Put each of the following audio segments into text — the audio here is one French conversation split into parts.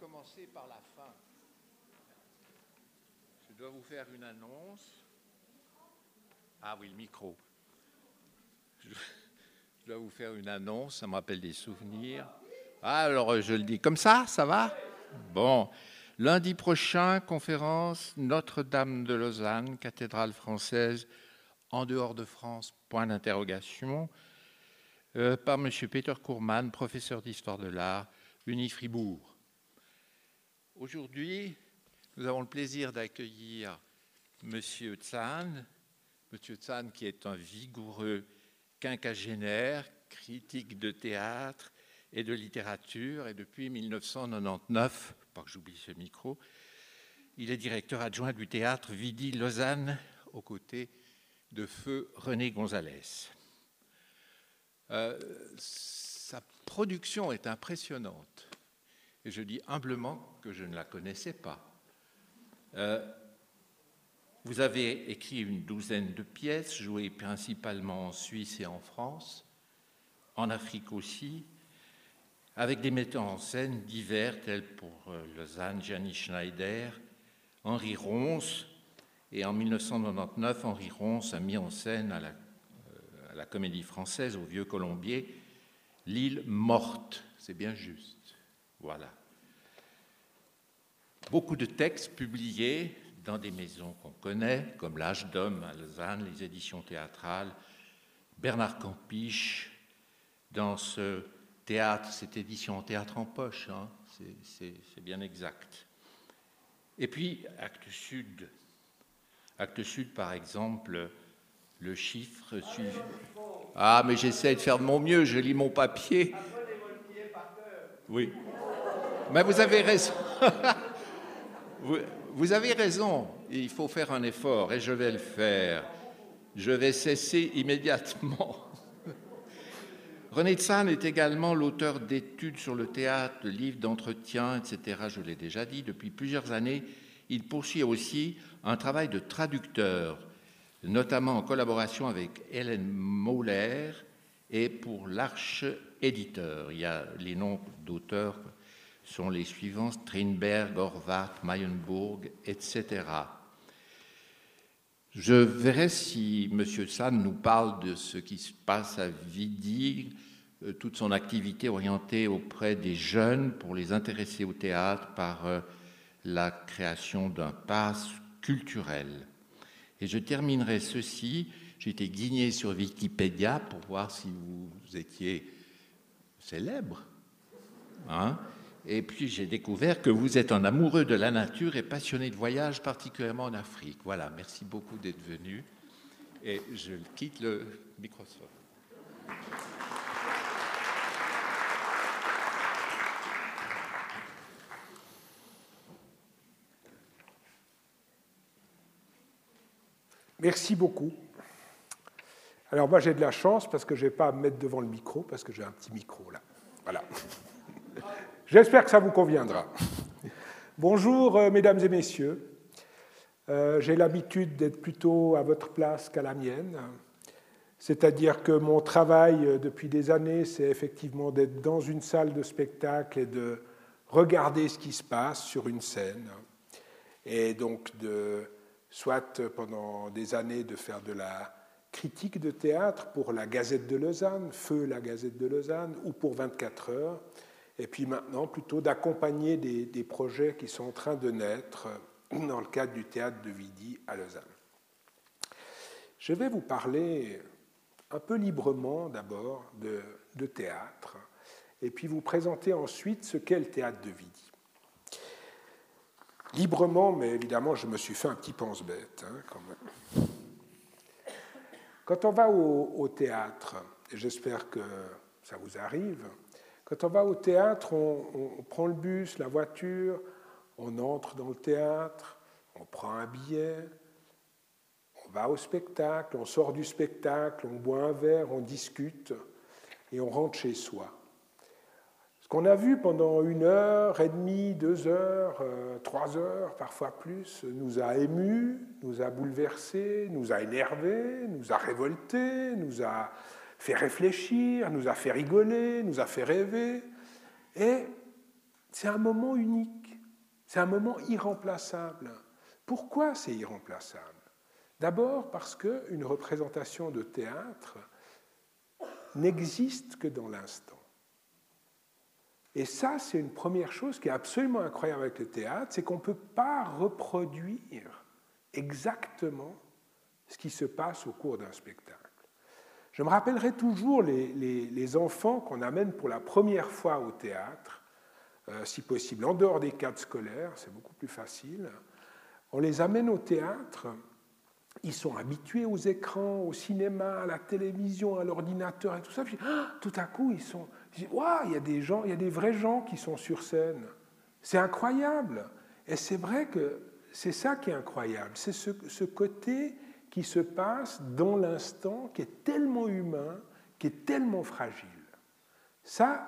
commencer par la fin. Je dois vous faire une annonce. Ah oui, le micro. Je dois vous faire une annonce, ça me rappelle des souvenirs. Ah, alors je le dis comme ça va ? Bon. Lundi prochain, conférence Notre-Dame de Lausanne, cathédrale française en dehors de France, point d'interrogation, par M. Peter Kourman, professeur d'histoire de l'art, Uni-Fribourg. Aujourd'hui, nous avons le plaisir d'accueillir M. Zahn. M. Zahn qui est un vigoureux quinquagénaire, critique de théâtre et de littérature, et depuis 1999, pas que j'oublie ce micro, il est directeur adjoint du théâtre Vidi Lausanne, aux côtés de feu René Gonzalez. Sa production est impressionnante, et je dis humblement que je ne la connaissais pas. Vous avez écrit une douzaine de pièces, jouées principalement en Suisse et en France, en Afrique aussi, avec des metteurs en scène divers, tels pour Lausanne, Gianni Schneider, Henri Ronce, et en 1999, Henri Ronce a mis en scène à la Comédie Française, au Vieux Colombier, L'île morte, c'est bien juste, voilà. Beaucoup de textes publiés dans des maisons qu'on connaît, comme L'Âge d'Homme à Lausanne, les éditions théâtrales, Bernard Campiche, dans ce théâtre, cette édition en théâtre en poche, hein, c'est bien exact. Et puis, Actes Sud, par exemple, le chiffre suivant. Ah, mais j'essaie de faire de mon mieux, je lis mon papier. Oui. Mais vous avez raison. Vous avez raison, il faut faire un effort, et je vais le faire. Je vais cesser immédiatement. René Zahn est également l'auteur d'études sur le théâtre, de livres d'entretien, etc. Je l'ai déjà dit, depuis plusieurs années, il poursuit aussi un travail de traducteur, notamment en collaboration avec Hélène Moller et pour l'Arche Éditeur. Il y a les noms d'auteurs sont les suivants, Strindberg, Horvath, Mayenburg, etc. Je verrai si M. Zahn nous parle de ce qui se passe à Vidi, toute son activité orientée auprès des jeunes pour les intéresser au théâtre par la création d'un pass culturel. Et je terminerai ceci, j'ai été guigné sur Wikipédia pour voir si vous étiez célèbre, hein. Et puis j'ai découvert que vous êtes un amoureux de la nature et passionné de voyage, particulièrement en Afrique. Voilà, merci beaucoup d'être venu. Et je quitte le microphone. Merci beaucoup. Alors moi j'ai de la chance parce que je ne vais pas me mettre devant le micro, parce que j'ai un petit micro là. Voilà. J'espère que ça vous conviendra. Bonjour, mesdames et messieurs. J'ai l'habitude d'être plutôt à votre place qu'à la mienne. C'est-à-dire que mon travail depuis des années, c'est effectivement d'être dans une salle de spectacle et de regarder ce qui se passe sur une scène. Et donc, soit pendant des années, de faire de la critique de théâtre pour la Gazette de Lausanne, Feu la Gazette de Lausanne, ou pour 24 heures. Et puis maintenant, plutôt d'accompagner des projets qui sont en train de naître dans le cadre du théâtre de Vidi à Lausanne. Je vais vous parler un peu librement d'abord de théâtre, et puis vous présenter ensuite ce qu'est le théâtre de Vidi. Librement, mais évidemment, je me suis fait un petit pense-bête, hein, quand même. Quand on va au théâtre, et j'espère que ça vous arrive, quand on va au théâtre, on prend le bus, la voiture, on entre dans le théâtre, on prend un billet, on va au spectacle, on sort du spectacle, on boit un verre, on discute et on rentre chez soi. Ce qu'on a vu pendant 1 heure et demie, 2 heures, 3 heures, parfois plus, nous a émus, nous a bouleversés, nous a énervés, nous a révoltés, nous a fait réfléchir, nous a fait rigoler, nous a fait rêver. Et c'est un moment unique, c'est un moment irremplaçable. Pourquoi c'est irremplaçable? D'abord parce qu'une représentation de théâtre n'existe que dans l'instant. Et ça, c'est une première chose qui est absolument incroyable avec le théâtre, c'est qu'on ne peut pas reproduire exactement ce qui se passe au cours d'un spectacle. Je me rappellerai toujours les enfants qu'on amène pour la première fois au théâtre, si possible, en dehors des cadres scolaires, c'est beaucoup plus facile. On les amène au théâtre, ils sont habitués aux écrans, au cinéma, à la télévision, à l'ordinateur et tout ça. Puis, tout à coup, ils disent, waouh, il y a des gens, il y a des vrais gens qui sont sur scène. C'est incroyable. Et c'est vrai que c'est ça qui est incroyable. C'est ce côté qui se passe dans l'instant, qui est tellement humain, qui est tellement fragile. Ça,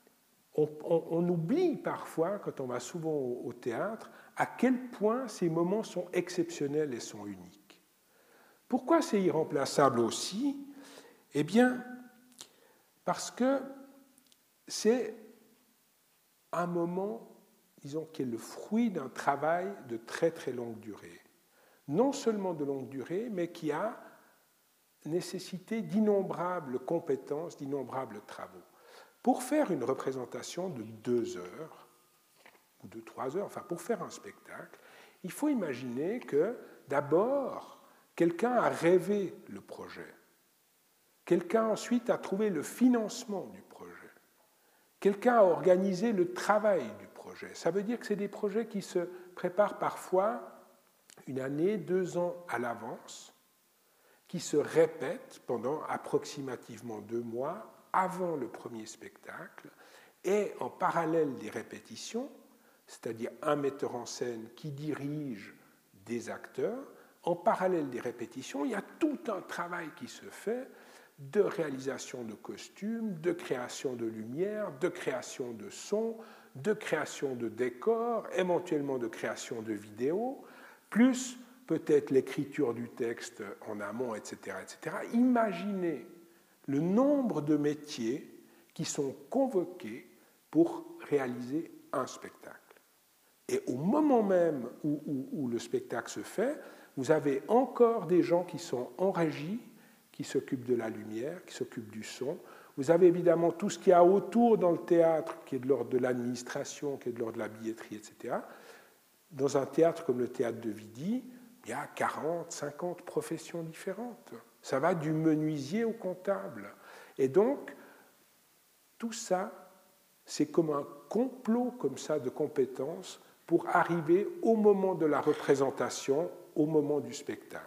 on oublie parfois, quand on va souvent au théâtre, à quel point ces moments sont exceptionnels et sont uniques. Pourquoi c'est irremplaçable aussi? Eh bien, parce que c'est un moment, disons, qui est le fruit d'un travail de très très longue durée. Non seulement de longue durée, mais qui a nécessité d'innombrables compétences, d'innombrables travaux. Pour faire une représentation de 2 heures, ou de 3 heures, enfin pour faire un spectacle, il faut imaginer que d'abord, quelqu'un a rêvé le projet. Quelqu'un ensuite a trouvé le financement du projet. Quelqu'un a organisé le travail du projet. Ça veut dire que c'est des projets qui se préparent parfois 1 année, 2 ans à l'avance, qui se répètent pendant approximativement 2 mois avant le premier spectacle, et en parallèle des répétitions, c'est-à-dire un metteur en scène qui dirige des acteurs, en parallèle des répétitions, il y a tout un travail qui se fait de réalisation de costumes, de création de lumière, de création de son, de création de décors, éventuellement de création de vidéos, plus peut-être l'écriture du texte en amont, etc., etc. Imaginez le nombre de métiers qui sont convoqués pour réaliser un spectacle. Et au moment même où le spectacle se fait, vous avez encore des gens qui sont en régie, qui s'occupent de la lumière, qui s'occupent du son. Vous avez évidemment tout ce qu'il y a autour dans le théâtre, qui est de l'ordre de l'administration, qui est de l'ordre de la billetterie, etc. Dans un théâtre comme le théâtre de Vidy, il y a 40, 50 professions différentes. Ça va du menuisier au comptable. Et donc, tout ça, c'est comme un complot comme ça de compétences pour arriver au moment de la représentation, au moment du spectacle.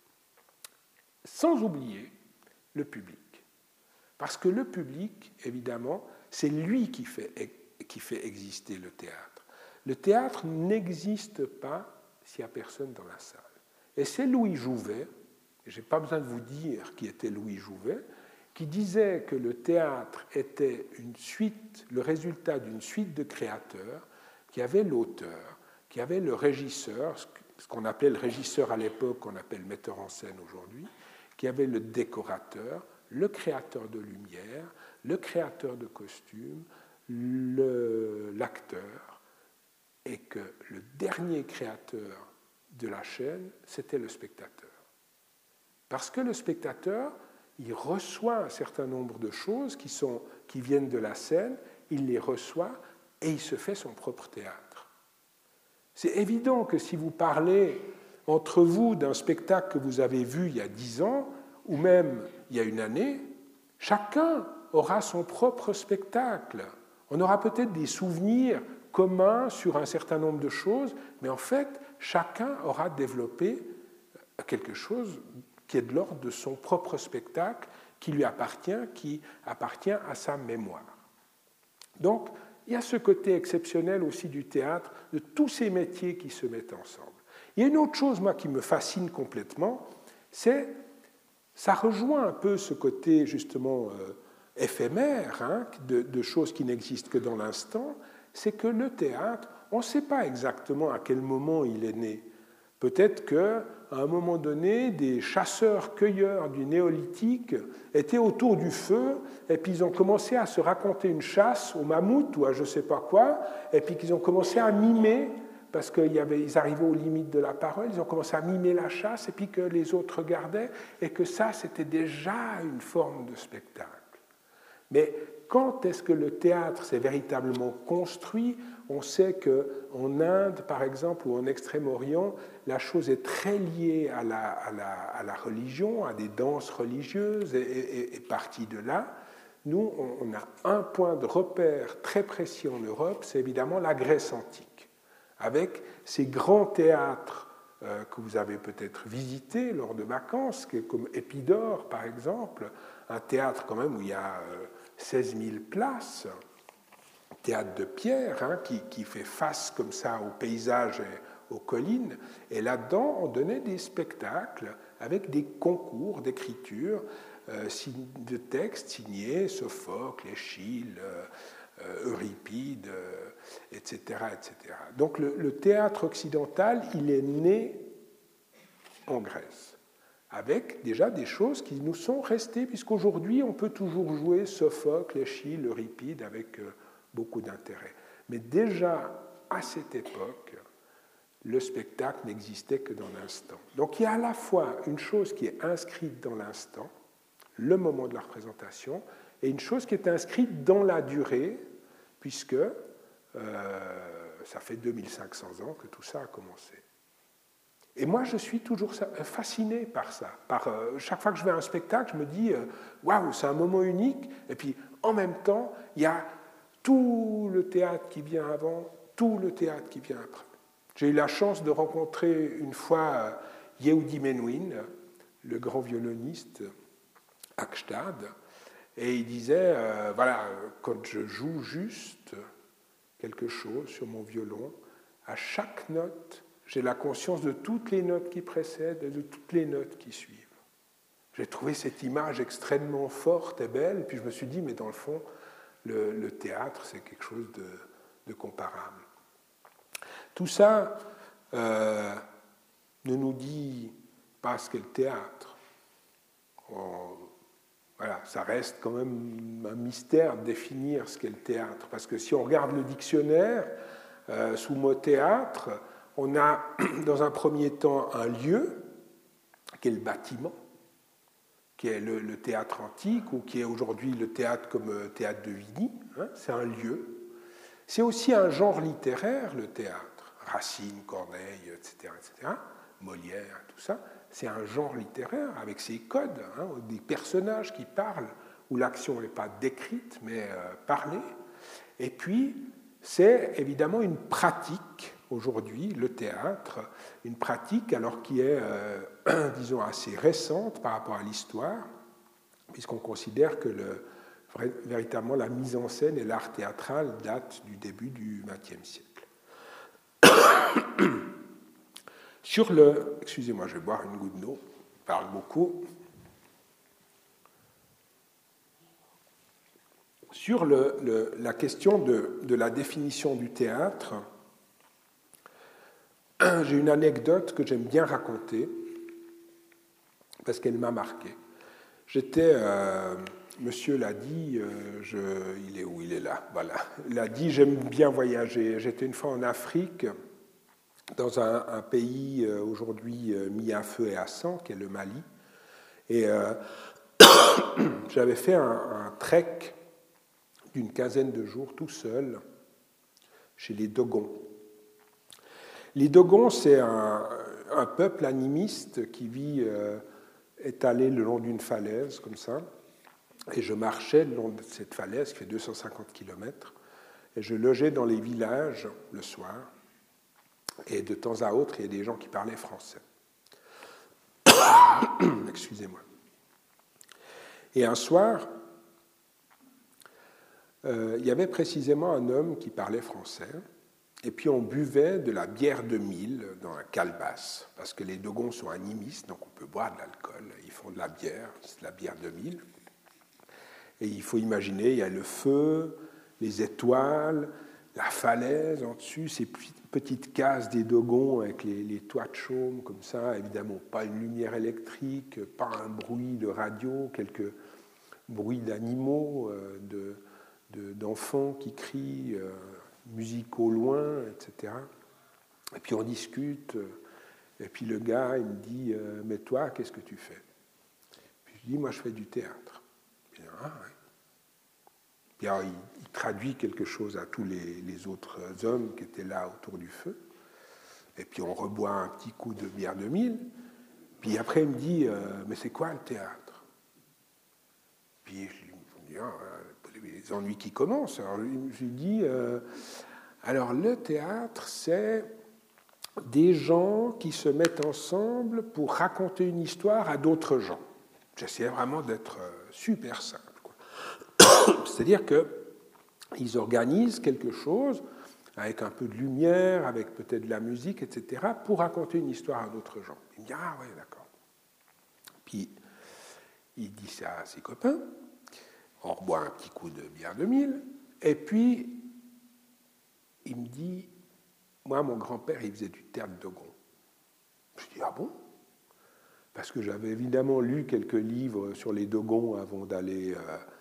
Sans oublier le public. Parce que le public, évidemment, c'est lui qui fait exister le théâtre. Le théâtre n'existe pas s'il n'y a personne dans la salle. Et c'est Louis Jouvet, je n'ai pas besoin de vous dire qui était Louis Jouvet, qui disait que le théâtre était le résultat d'une suite de créateurs, qui avait l'auteur, qui avait le régisseur, ce qu'on appelait le régisseur à l'époque, qu'on appelle metteur en scène aujourd'hui, qui avait le décorateur, le créateur de lumière, le créateur de costumes, l'acteur, et que le dernier créateur de la chaîne, c'était le spectateur. Parce que le spectateur, il reçoit un certain nombre de choses qui viennent de la scène, il les reçoit et il se fait son propre théâtre. C'est évident que si vous parlez entre vous d'un spectacle que vous avez vu il y a 10 ans, ou même il y a 1 année, chacun aura son propre spectacle. On aura peut-être des souvenirs communs sur un certain nombre de choses, mais en fait, chacun aura développé quelque chose qui est de l'ordre de son propre spectacle, qui lui appartient, qui appartient à sa mémoire. Donc, il y a ce côté exceptionnel aussi du théâtre, de tous ces métiers qui se mettent ensemble. Il y a une autre chose, moi, qui me fascine complètement, ça rejoint un peu ce côté, justement, éphémère, hein, de choses qui n'existent que dans l'instant, c'est que le théâtre, on ne sait pas exactement à quel moment il est né. Peut-être qu'à un moment donné, des chasseurs-cueilleurs du néolithique étaient autour du feu, et puis ils ont commencé à se raconter une chasse au mammouth ou à je ne sais pas quoi, et puis qu'ils ont commencé à mimer, parce qu'ils arrivaient aux limites de la parole, ils ont commencé à mimer la chasse, et puis que les autres regardaient, et que ça, c'était déjà une forme de spectacle. Mais quand est-ce que le théâtre s'est véritablement construit? On sait qu'en Inde, par exemple, ou en Extrême-Orient, la chose est très liée à la religion, à des danses religieuses, et partie de là. Nous, on a un point de repère très précis en Europe, c'est évidemment la Grèce antique, avec ces grands théâtres que vous avez peut-être visités lors de vacances, comme Épidore, par exemple, un théâtre quand même où il y a 16 000 places, théâtre de pierre, qui fait face comme ça au paysage et aux collines. Et là-dedans, on donnait des spectacles avec des concours d'écriture, de textes signés Sophocle, Échille, Euripide, etc., etc. Donc le théâtre occidental, il est né en Grèce, avec déjà des choses qui nous sont restées, puisqu'aujourd'hui, on peut toujours jouer Sophocle, Échille, Euripide avec beaucoup d'intérêt. Mais déjà, à cette époque, le spectacle n'existait que dans l'instant. Donc il y a à la fois une chose qui est inscrite dans l'instant, le moment de la représentation, et une chose qui est inscrite dans la durée, puisque ça fait 2500 ans que tout ça a commencé. Et moi, je suis toujours fasciné par ça. Chaque fois que je vais à un spectacle, je me dis waouh, c'est un moment unique. Et puis, en même temps, il y a tout le théâtre qui vient avant, tout le théâtre qui vient après. J'ai eu la chance de rencontrer une fois Yehudi Menuhin, le grand violoniste à Gstad, et il disait voilà, quand je joue juste quelque chose sur mon violon, à chaque note, j'ai la conscience de toutes les notes qui précèdent et de toutes les notes qui suivent. J'ai trouvé cette image extrêmement forte et belle, puis je me suis dit, mais dans le fond, le théâtre, c'est quelque chose de comparable. Tout ça ne nous dit pas ce qu'est le théâtre. Voilà, ça reste quand même un mystère de définir ce qu'est le théâtre, parce que si on regarde le dictionnaire, sous mot théâtre, on a dans un premier temps un lieu, qui est le bâtiment, qui est le théâtre antique, ou qui est aujourd'hui le théâtre comme théâtre de Vigny, c'est un lieu. C'est aussi un genre littéraire, le théâtre. Racine, Corneille, etc., Molière, tout ça. C'est un genre littéraire avec ses codes, des personnages qui parlent, où l'action n'est pas décrite, mais parlée. Et puis, c'est évidemment une pratique, aujourd'hui, le théâtre, une pratique alors qui est, disons, assez récente par rapport à l'histoire, puisqu'on considère que véritablement la mise en scène et l'art théâtral datent du début du XXe siècle. Excusez-moi, je vais boire une goutte d'eau, je parle beaucoup. Sur la question de la définition du théâtre, j'ai une anecdote que j'aime bien raconter, parce qu'elle m'a marqué. Monsieur l'a dit, il est où? Il est là, voilà. Il a dit, j'aime bien voyager. J'étais une fois en Afrique, dans un pays aujourd'hui mis à feu et à sang, qui est le Mali. Et j'avais fait un trek d'une quinzaine de jours tout seul chez les Dogons. Les Dogons, c'est un peuple animiste qui vit étalé le long d'une falaise, comme ça. Et je marchais le long de cette falaise qui fait 250 km, et je logeais dans les villages le soir. Et de temps à autre, il y a des gens qui parlaient français. Excusez-moi. Et un soir, il y avait précisément un homme qui parlait français, et puis on buvait de la bière de mille dans un calebasse, parce que les Dogons sont animistes, donc on peut boire de l'alcool. Ils font de la bière, c'est de la bière de mille. Et il faut imaginer, il y a le feu, les étoiles, la falaise en dessus, ces petites cases des Dogons avec les toits de chaume comme ça, évidemment pas une lumière électrique, pas un bruit de radio, quelques bruits d'animaux, d'enfants qui crient, musique au loin, etc. Et puis on discute, et puis le gars il me dit mais toi qu'est-ce que tu fais? Puis je dis moi je fais du théâtre. Puis, ah, ouais. Puis alors, il traduit quelque chose à tous les autres hommes qui étaient là autour du feu. Et puis on reboit un petit coup de bière 2000. Puis après, il me dit mais c'est quoi le théâtre? Puis je lui dis les ennuis qui commencent. Alors je lui dis alors le théâtre, c'est des gens qui se mettent ensemble pour raconter une histoire à d'autres gens. J'essayais vraiment d'être super simple. C'est-à-dire qu'ils organisent quelque chose avec un peu de lumière, avec peut-être de la musique, etc., pour raconter une histoire à d'autres gens. Il me dit « Ah ouais, d'accord ». Puis, il dit ça à ses copains, on reboit un petit coup de bière 2000, et puis, il me dit « Moi, mon grand-père, il faisait du théâtre de Gond ». Je dis « Ah bon ?» Parce que j'avais évidemment lu quelques livres sur les Dogons avant d'aller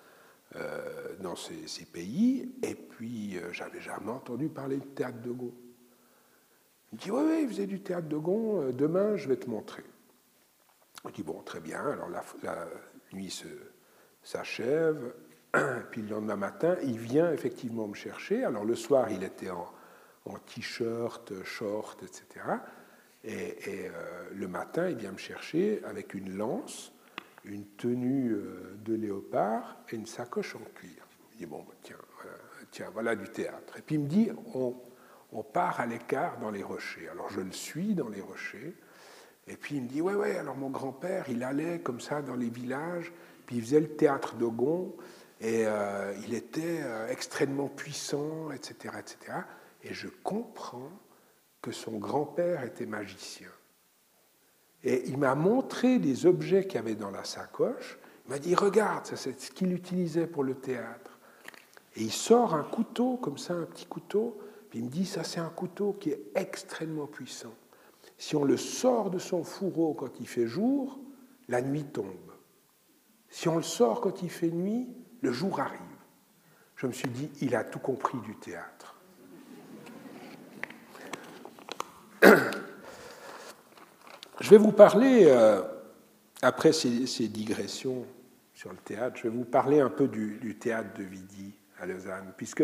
dans ces pays, et puis j'avais jamais entendu parler de théâtre de Gond. Il me dit oui, il faisait du théâtre de Gond, demain je vais te montrer. Je dis bon, très bien, alors la nuit s'achève, puis le lendemain matin, il vient effectivement me chercher. Alors le soir, il était en t-shirt, short, etc. Et le matin, il vient me chercher avec une lance, une tenue de léopard et une sacoche en cuir. Il dit, bon, tiens, voilà du théâtre. Et puis il me dit, on part à l'écart dans les rochers. Alors je le suis dans les rochers. Et puis il me dit, ouais, alors mon grand-père, il allait comme ça dans les villages, puis il faisait le théâtre de Gond, et il était extrêmement puissant, etc., etc. Et je comprends que son grand-père était magicien. Et il m'a montré des objets qu'il y avait dans la sacoche. Il m'a dit, regarde, ça, c'est ce qu'il utilisait pour le théâtre. Et il sort un couteau, comme ça, un petit couteau, puis il me dit, ça, c'est un couteau qui est extrêmement puissant. Si on le sort de son fourreau quand il fait jour, la nuit tombe. Si on le sort quand il fait nuit, le jour arrive. Je me suis dit, il a tout compris du théâtre. Je vais vous parler, après ces digressions sur le théâtre, je vais vous parler un peu du théâtre de Vidy à Lausanne, puisque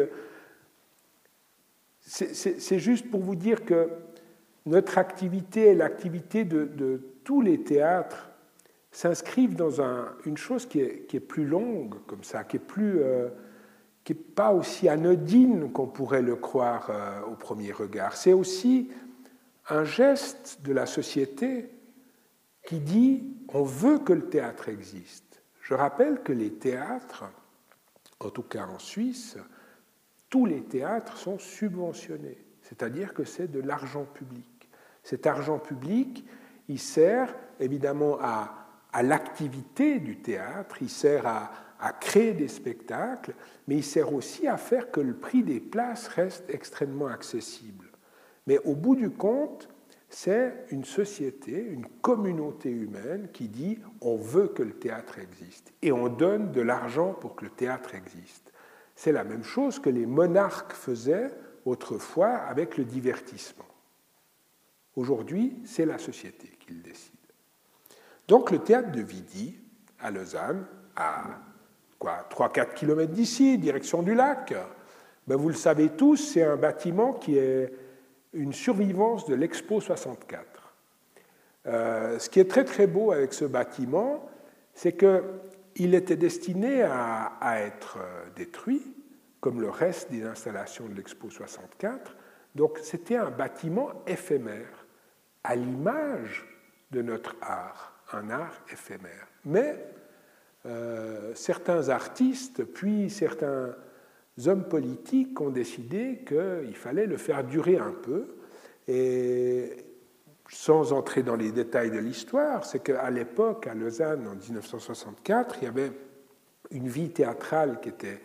c'est juste pour vous dire que notre activité et l'activité de tous les théâtres s'inscrivent dans une chose qui est plus longue, comme ça, qui est pas aussi anodine qu'on pourrait le croire au premier regard. C'est aussi un geste de la société qui dit on veut que le théâtre existe. Je rappelle que les théâtres, en tout cas en Suisse, tous les théâtres sont subventionnés, c'est-à-dire que c'est de l'argent public. Cet argent public, il sert évidemment à l'activité du théâtre, il sert à créer des spectacles, mais il sert aussi à faire que le prix des places reste extrêmement accessible. Mais au bout du compte, c'est une société, une communauté humaine qui dit on veut que le théâtre existe et on donne de l'argent pour que le théâtre existe. C'est la même chose que les monarques faisaient autrefois avec le divertissement. Aujourd'hui, c'est la société qui le décide. Donc le théâtre de Vidy, à Lausanne, à 3-4 km d'ici, direction du lac, vous le savez tous, c'est un bâtiment qui est une survivance de l'Expo 64. Ce qui est très très beau avec ce bâtiment, c'est qu'il était destiné à être détruit, comme le reste des installations de l'Expo 64. Donc c'était un bâtiment éphémère, à l'image de notre art, un art éphémère. Mais certains artistes, puis certains hommes politiques ont décidé qu'il fallait le faire durer un peu. Et sans entrer dans les détails de l'histoire, c'est qu'à l'époque, à Lausanne, en 1964, il y avait une vie théâtrale qui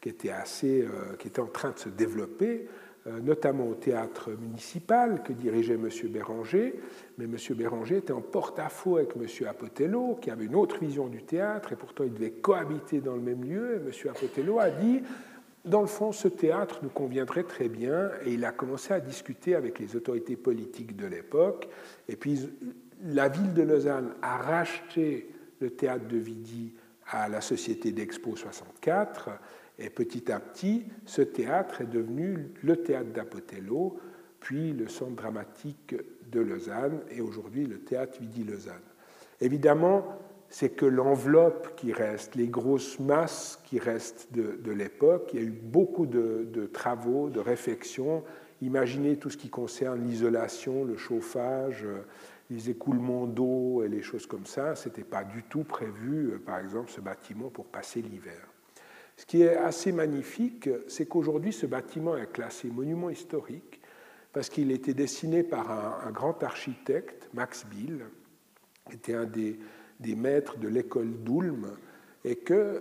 qui était en train de se développer, notamment au théâtre municipal que dirigeait M. Béranger. Mais M. Béranger était en porte-à-faux avec M. Apotello, qui avait une autre vision du théâtre, et pourtant ils devaient cohabiter dans le même lieu. Et M. Apotello a dit, dans le fond, ce théâtre nous conviendrait très bien, et il a commencé à discuter avec les autorités politiques de l'époque. Et puis la ville de Lausanne a racheté le théâtre de Vidy à la Société d'Expo 64, et petit à petit, ce théâtre est devenu le théâtre d'Apotello, puis le centre dramatique de Lausanne, et aujourd'hui le théâtre Vidy-Lausanne. Évidemment, c'est que l'enveloppe qui reste, les grosses masses qui restent de l'époque. Il y a eu beaucoup de travaux, de réflexions. Imaginez tout ce qui concerne l'isolation, le chauffage, les écoulements d'eau et les choses comme ça. Ce n'était pas du tout prévu, par exemple, ce bâtiment pour passer l'hiver. Ce qui est assez magnifique, c'est qu'aujourd'hui, ce bâtiment est classé monument historique parce qu'il a été dessiné par un grand architecte, Max Bill, qui était un des maîtres de l'école d'Ulm, et que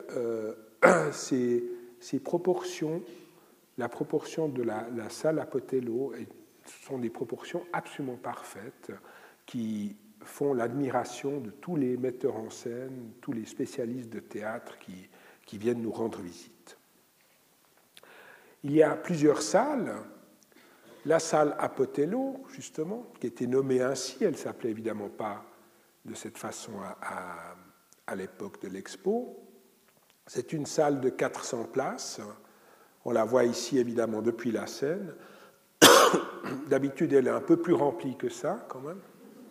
ces proportions, la proportion de la salle Apotello, sont des proportions absolument parfaites qui font l'admiration de tous les metteurs en scène, tous les spécialistes de théâtre qui viennent nous rendre visite. Il y a plusieurs salles. La salle Apotello, justement, qui était nommée ainsi, elle ne s'appelait évidemment pas de cette façon à l'époque de l'Expo. C'est une salle de 400 places. On la voit ici, évidemment, depuis la scène. D'habitude, elle est un peu plus remplie que ça, quand même.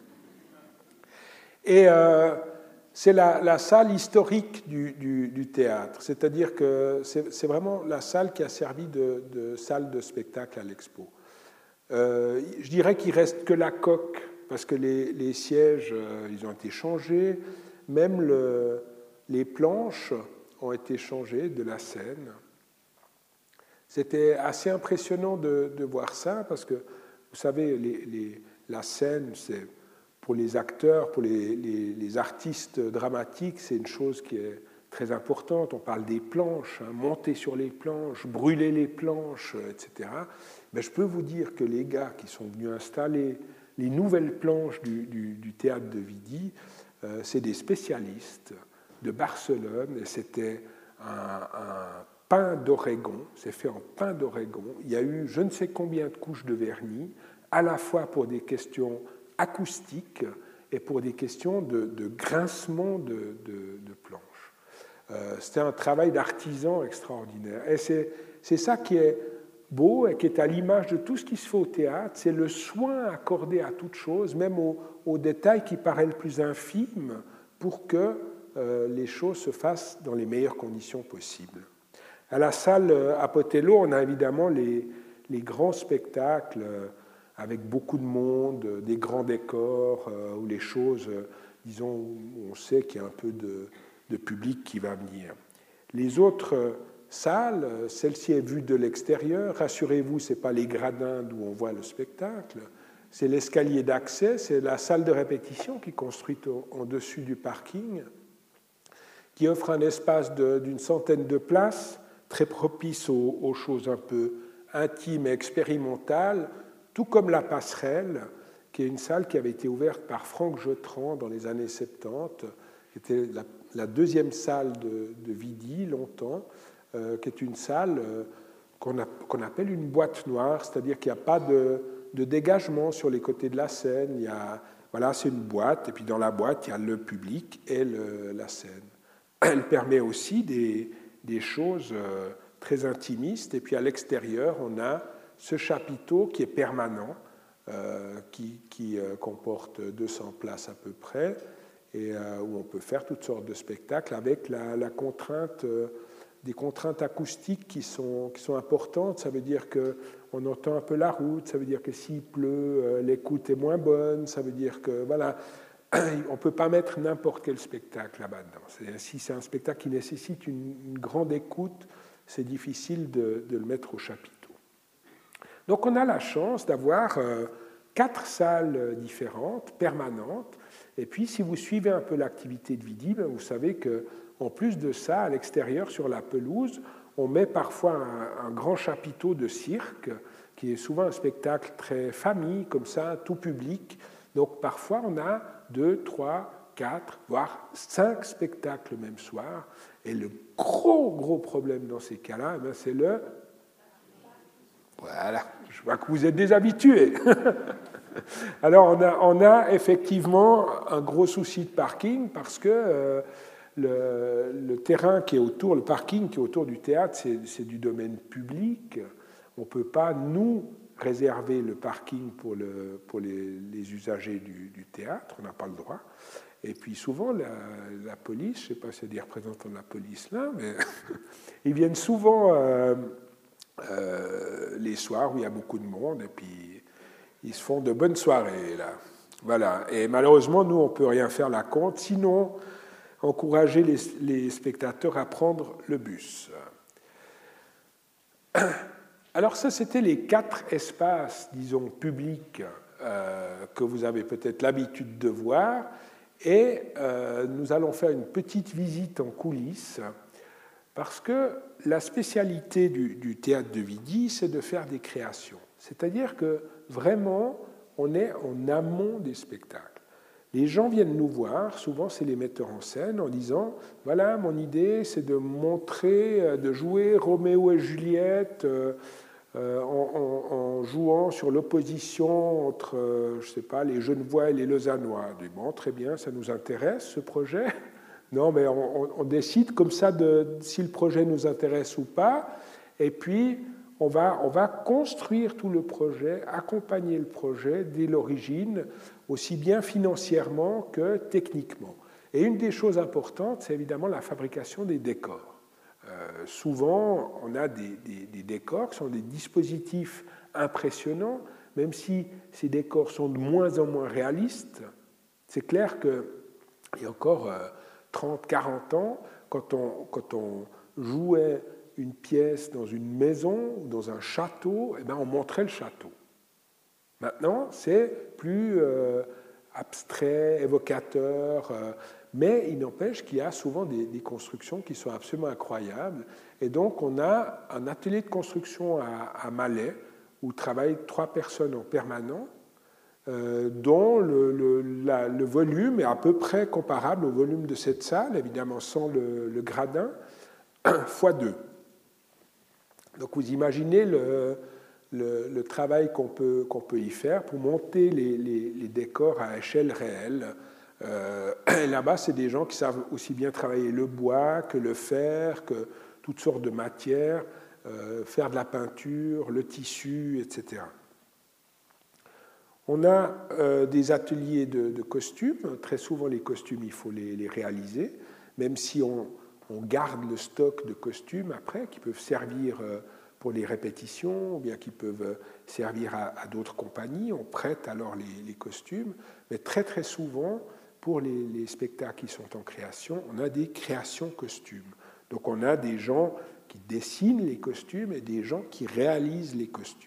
Et c'est la salle historique du théâtre, c'est-à-dire que c'est vraiment la salle qui a servi de salle de spectacle à l'Expo. Je dirais qu'il ne reste que la coque, parce que les sièges, ils ont été changés, même les planches ont été changées de la scène. C'était assez impressionnant de voir ça, parce que, vous savez, la scène, c'est... Pour les acteurs, pour les artistes dramatiques, c'est une chose qui est très importante. On parle des planches, monter sur les planches, brûler les planches, etc. Mais je peux vous dire que les gars qui sont venus installer les nouvelles planches du théâtre de Vidy, c'est des spécialistes de Barcelone, et c'était un pain d'Oregon, c'est fait en pain d'Oregon. Il y a eu je ne sais combien de couches de vernis, à la fois pour des questions acoustique et pour des questions de grincement de planches. C'était un travail d'artisan extraordinaire. Et c'est ça qui est beau et qui est à l'image de tout ce qui se fait au théâtre, c'est le soin accordé à toute chose, même aux détails qui paraissent le plus infimes, pour que les choses se fassent dans les meilleures conditions possibles. À la salle Apotello, on a évidemment les grands spectacles avec beaucoup de monde, des grands décors, où les choses, disons, où on sait qu'il y a un peu de public qui va venir. Les autres salles, celle-ci est vue de l'extérieur. Rassurez-vous, ce n'est pas les gradins d'où on voit le spectacle, c'est l'escalier d'accès, c'est la salle de répétition qui est construite en dessus du parking, qui offre un espace d'une centaine de places, très propice aux choses un peu intimes et expérimentales, tout comme la Passerelle, qui est une salle qui avait été ouverte par Franck Jeutran dans les années 70, qui était la deuxième salle de Vidy, longtemps, qui est une salle qu'on appelle une boîte noire, c'est-à-dire qu'il n'y a pas de dégagement sur les côtés de la scène. Voilà, c'est une boîte, et puis dans la boîte, il y a le public et la scène. Elle permet aussi des choses très intimistes, et puis à l'extérieur, on a ce chapiteau qui est permanent, qui comporte 200 places à peu près, et où on peut faire toutes sortes de spectacles avec la contrainte, des contraintes acoustiques qui sont importantes. Ça veut dire qu'on entend un peu la route, ça veut dire que s'il pleut, l'écoute est moins bonne, ça veut dire que, voilà, on ne peut pas mettre n'importe quel spectacle là-bas. Si c'est un spectacle qui nécessite une grande écoute, c'est difficile de le mettre au chapiteau. Donc on a la chance d'avoir 4 salles différentes, permanentes, et puis si vous suivez un peu l'activité de Vidy, vous savez qu'en plus de ça, à l'extérieur, sur la pelouse, on met parfois un grand chapiteau de cirque, qui est souvent un spectacle très famille, comme ça, tout public. Donc parfois, on a 2, 3, 4, voire 5 spectacles le même soir. Et le gros problème dans ces cas-là, c'est le... Voilà, je vois que vous êtes des habitués. Alors, on a effectivement un gros souci de parking parce que le terrain qui est autour, le parking qui est autour du théâtre, c'est du domaine public. On ne peut pas, nous, réserver le parking pour les usagers du théâtre, on n'a pas le droit. Et puis souvent, la police, je ne sais pas si c'est des représentants de la police là, mais ils viennent souvent les soirs où il y a beaucoup de monde, et puis ils se font de bonnes soirées là. Voilà. Et malheureusement, nous, on ne peut rien faire là contre, sinon encourager les spectateurs à prendre le bus. Alors ça, c'était les 4 espaces, disons, publics que vous avez peut-être l'habitude de voir. Et nous allons faire une petite visite en coulisses, parce que la spécialité du théâtre de Vidy, c'est de faire des créations. C'est-à-dire que vraiment, on est en amont des spectacles. Les gens viennent nous voir, souvent c'est les metteurs en scène, en disant « Voilà, mon idée, c'est de montrer, de jouer Roméo et Juliette en jouant sur l'opposition entre, je ne sais pas, les Genevois et les Lausannois. » Bon, très bien, ça nous intéresse, ce projet. Non, mais on décide comme ça si le projet nous intéresse ou pas, et puis on va construire tout le projet, accompagner le projet dès l'origine, aussi bien financièrement que techniquement. Et une des choses importantes, c'est évidemment la fabrication des décors. Souvent, on a des décors qui sont des dispositifs impressionnants, même si ces décors sont de moins en moins réalistes. C'est clair qu'il y a encore 30, 40 ans, quand on jouait une pièce dans une maison ou dans un château, eh bien, on montrait le château. Maintenant, c'est plus abstrait, évocateur, mais il n'empêche qu'il y a souvent des constructions qui sont absolument incroyables. Et donc, on a un atelier de construction à Malais où travaillent 3 personnes en permanent, dont le volume est à peu près comparable au volume de cette salle, évidemment sans le gradin, x2. Donc vous imaginez le travail qu'on peut y faire pour monter les décors à échelle réelle. Là-bas, c'est des gens qui savent aussi bien travailler le bois que le fer, que toutes sortes de matières, faire de la peinture, le tissu, etc. On a des ateliers de costumes. Très souvent, les costumes, il faut les réaliser, même si on garde le stock de costumes après, qui peuvent servir pour les répétitions, ou bien qui peuvent servir à d'autres compagnies. On prête alors les costumes. Mais très, très souvent, pour les spectacles qui sont en création, on a des créations costumes. Donc on a des gens qui dessinent les costumes et des gens qui réalisent les costumes.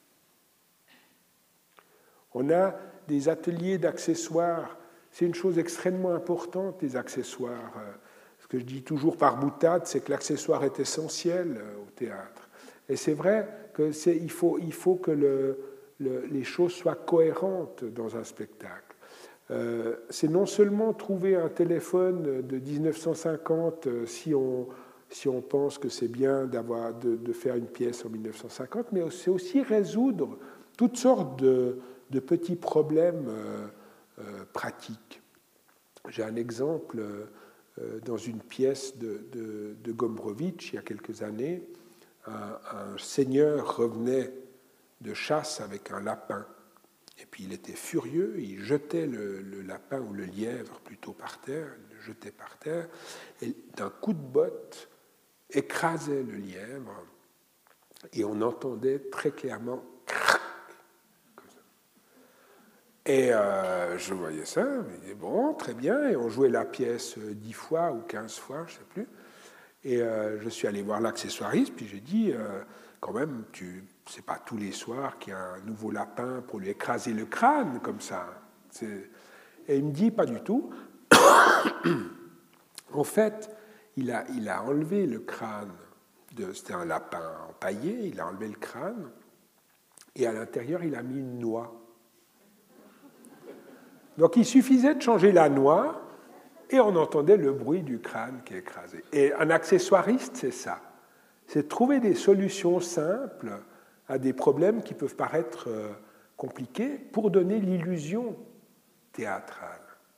On a des ateliers d'accessoires. C'est une chose extrêmement importante, les accessoires. Ce que je dis toujours par boutade, c'est que l'accessoire est essentiel au théâtre. Et c'est vrai qu'il faut que les choses soient cohérentes dans un spectacle. C'est non seulement trouver un téléphone de 1950 si on pense que c'est bien de faire une pièce en 1950, mais c'est aussi résoudre toutes sortes de petits problèmes pratiques. J'ai un exemple dans une pièce de Gombrowicz il y a quelques années. Un seigneur revenait de chasse avec un lapin. Et puis il était furieux, il jetait le lapin ou le lièvre plutôt par terre, il le jetait par terre, et d'un coup de botte, écrasait le lièvre, et on entendait très clairement crac, comme ça. Et je voyais ça, je me disais, bon, très bien, et on jouait la pièce 10 fois ou 15 fois, je ne sais plus. Et je suis allé voir l'accessoiriste, puis j'ai dit, quand même, c'est pas tous les soirs qu'il y a un nouveau lapin pour lui écraser le crâne, comme ça. Et il me dit, pas du tout. En fait, il a enlevé le crâne C'était un lapin empaillé, il a enlevé le crâne, et à l'intérieur, il a mis une noix. Donc il suffisait de changer la noix, et on entendait le bruit du crâne qui est écrasé. Et un accessoiriste, c'est ça. C'est trouver des solutions simples à des problèmes qui peuvent paraître compliqués pour donner l'illusion théâtrale.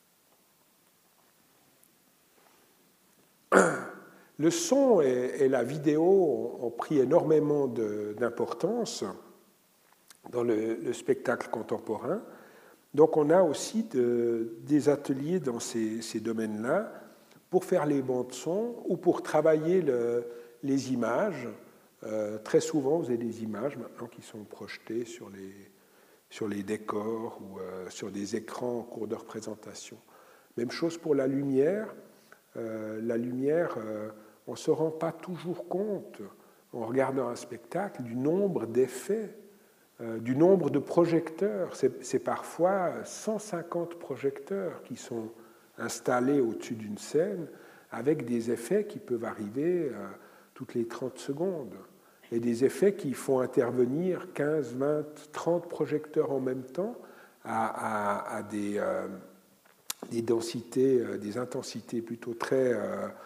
Le son et la vidéo ont pris énormément d'importance dans le spectacle contemporain. Donc on a aussi des ateliers dans ces domaines-là pour faire les bandes son ou pour travailler les images. Très souvent, vous avez des images maintenant qui sont projetées sur les décors ou sur des écrans en cours de représentation. Même chose pour la lumière. La lumière, on ne se rend pas toujours compte, en regardant un spectacle, du nombre d'effets, du nombre de projecteurs. C'est parfois 150 projecteurs qui sont installés au-dessus d'une scène, avec des effets qui peuvent arriver toutes les 30 secondes. Et des effets qui font intervenir 15, 20, 30 projecteurs en même temps à des densités, des intensités plutôt très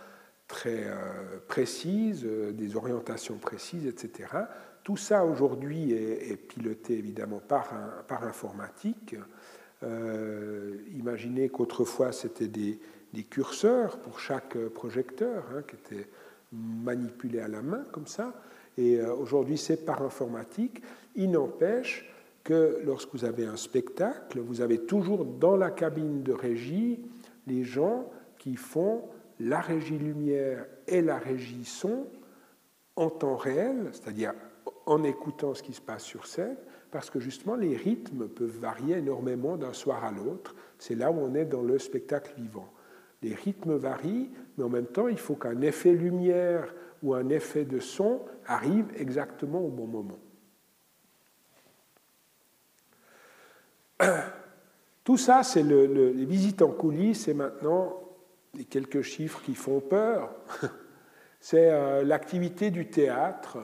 précises, des orientations précises, etc. Tout ça aujourd'hui est piloté évidemment par informatique. Imaginez qu'autrefois c'était des curseurs pour chaque projecteur qui étaient manipulés à la main comme ça. Et aujourd'hui c'est par informatique. Il n'empêche que lorsque vous avez un spectacle, vous avez toujours dans la cabine de régie les gens qui font la régie lumière et la régie son en temps réel, c'est-à-dire en écoutant ce qui se passe sur scène, parce que justement les rythmes peuvent varier énormément d'un soir à l'autre. C'est là où on est dans le spectacle vivant. Les rythmes varient, mais en même temps, il faut qu'un effet lumière ou un effet de son arrive exactement au bon moment. Tout ça, c'est les visites en coulisses, et maintenant, les quelques chiffres qui font peur. C'est l'activité du théâtre.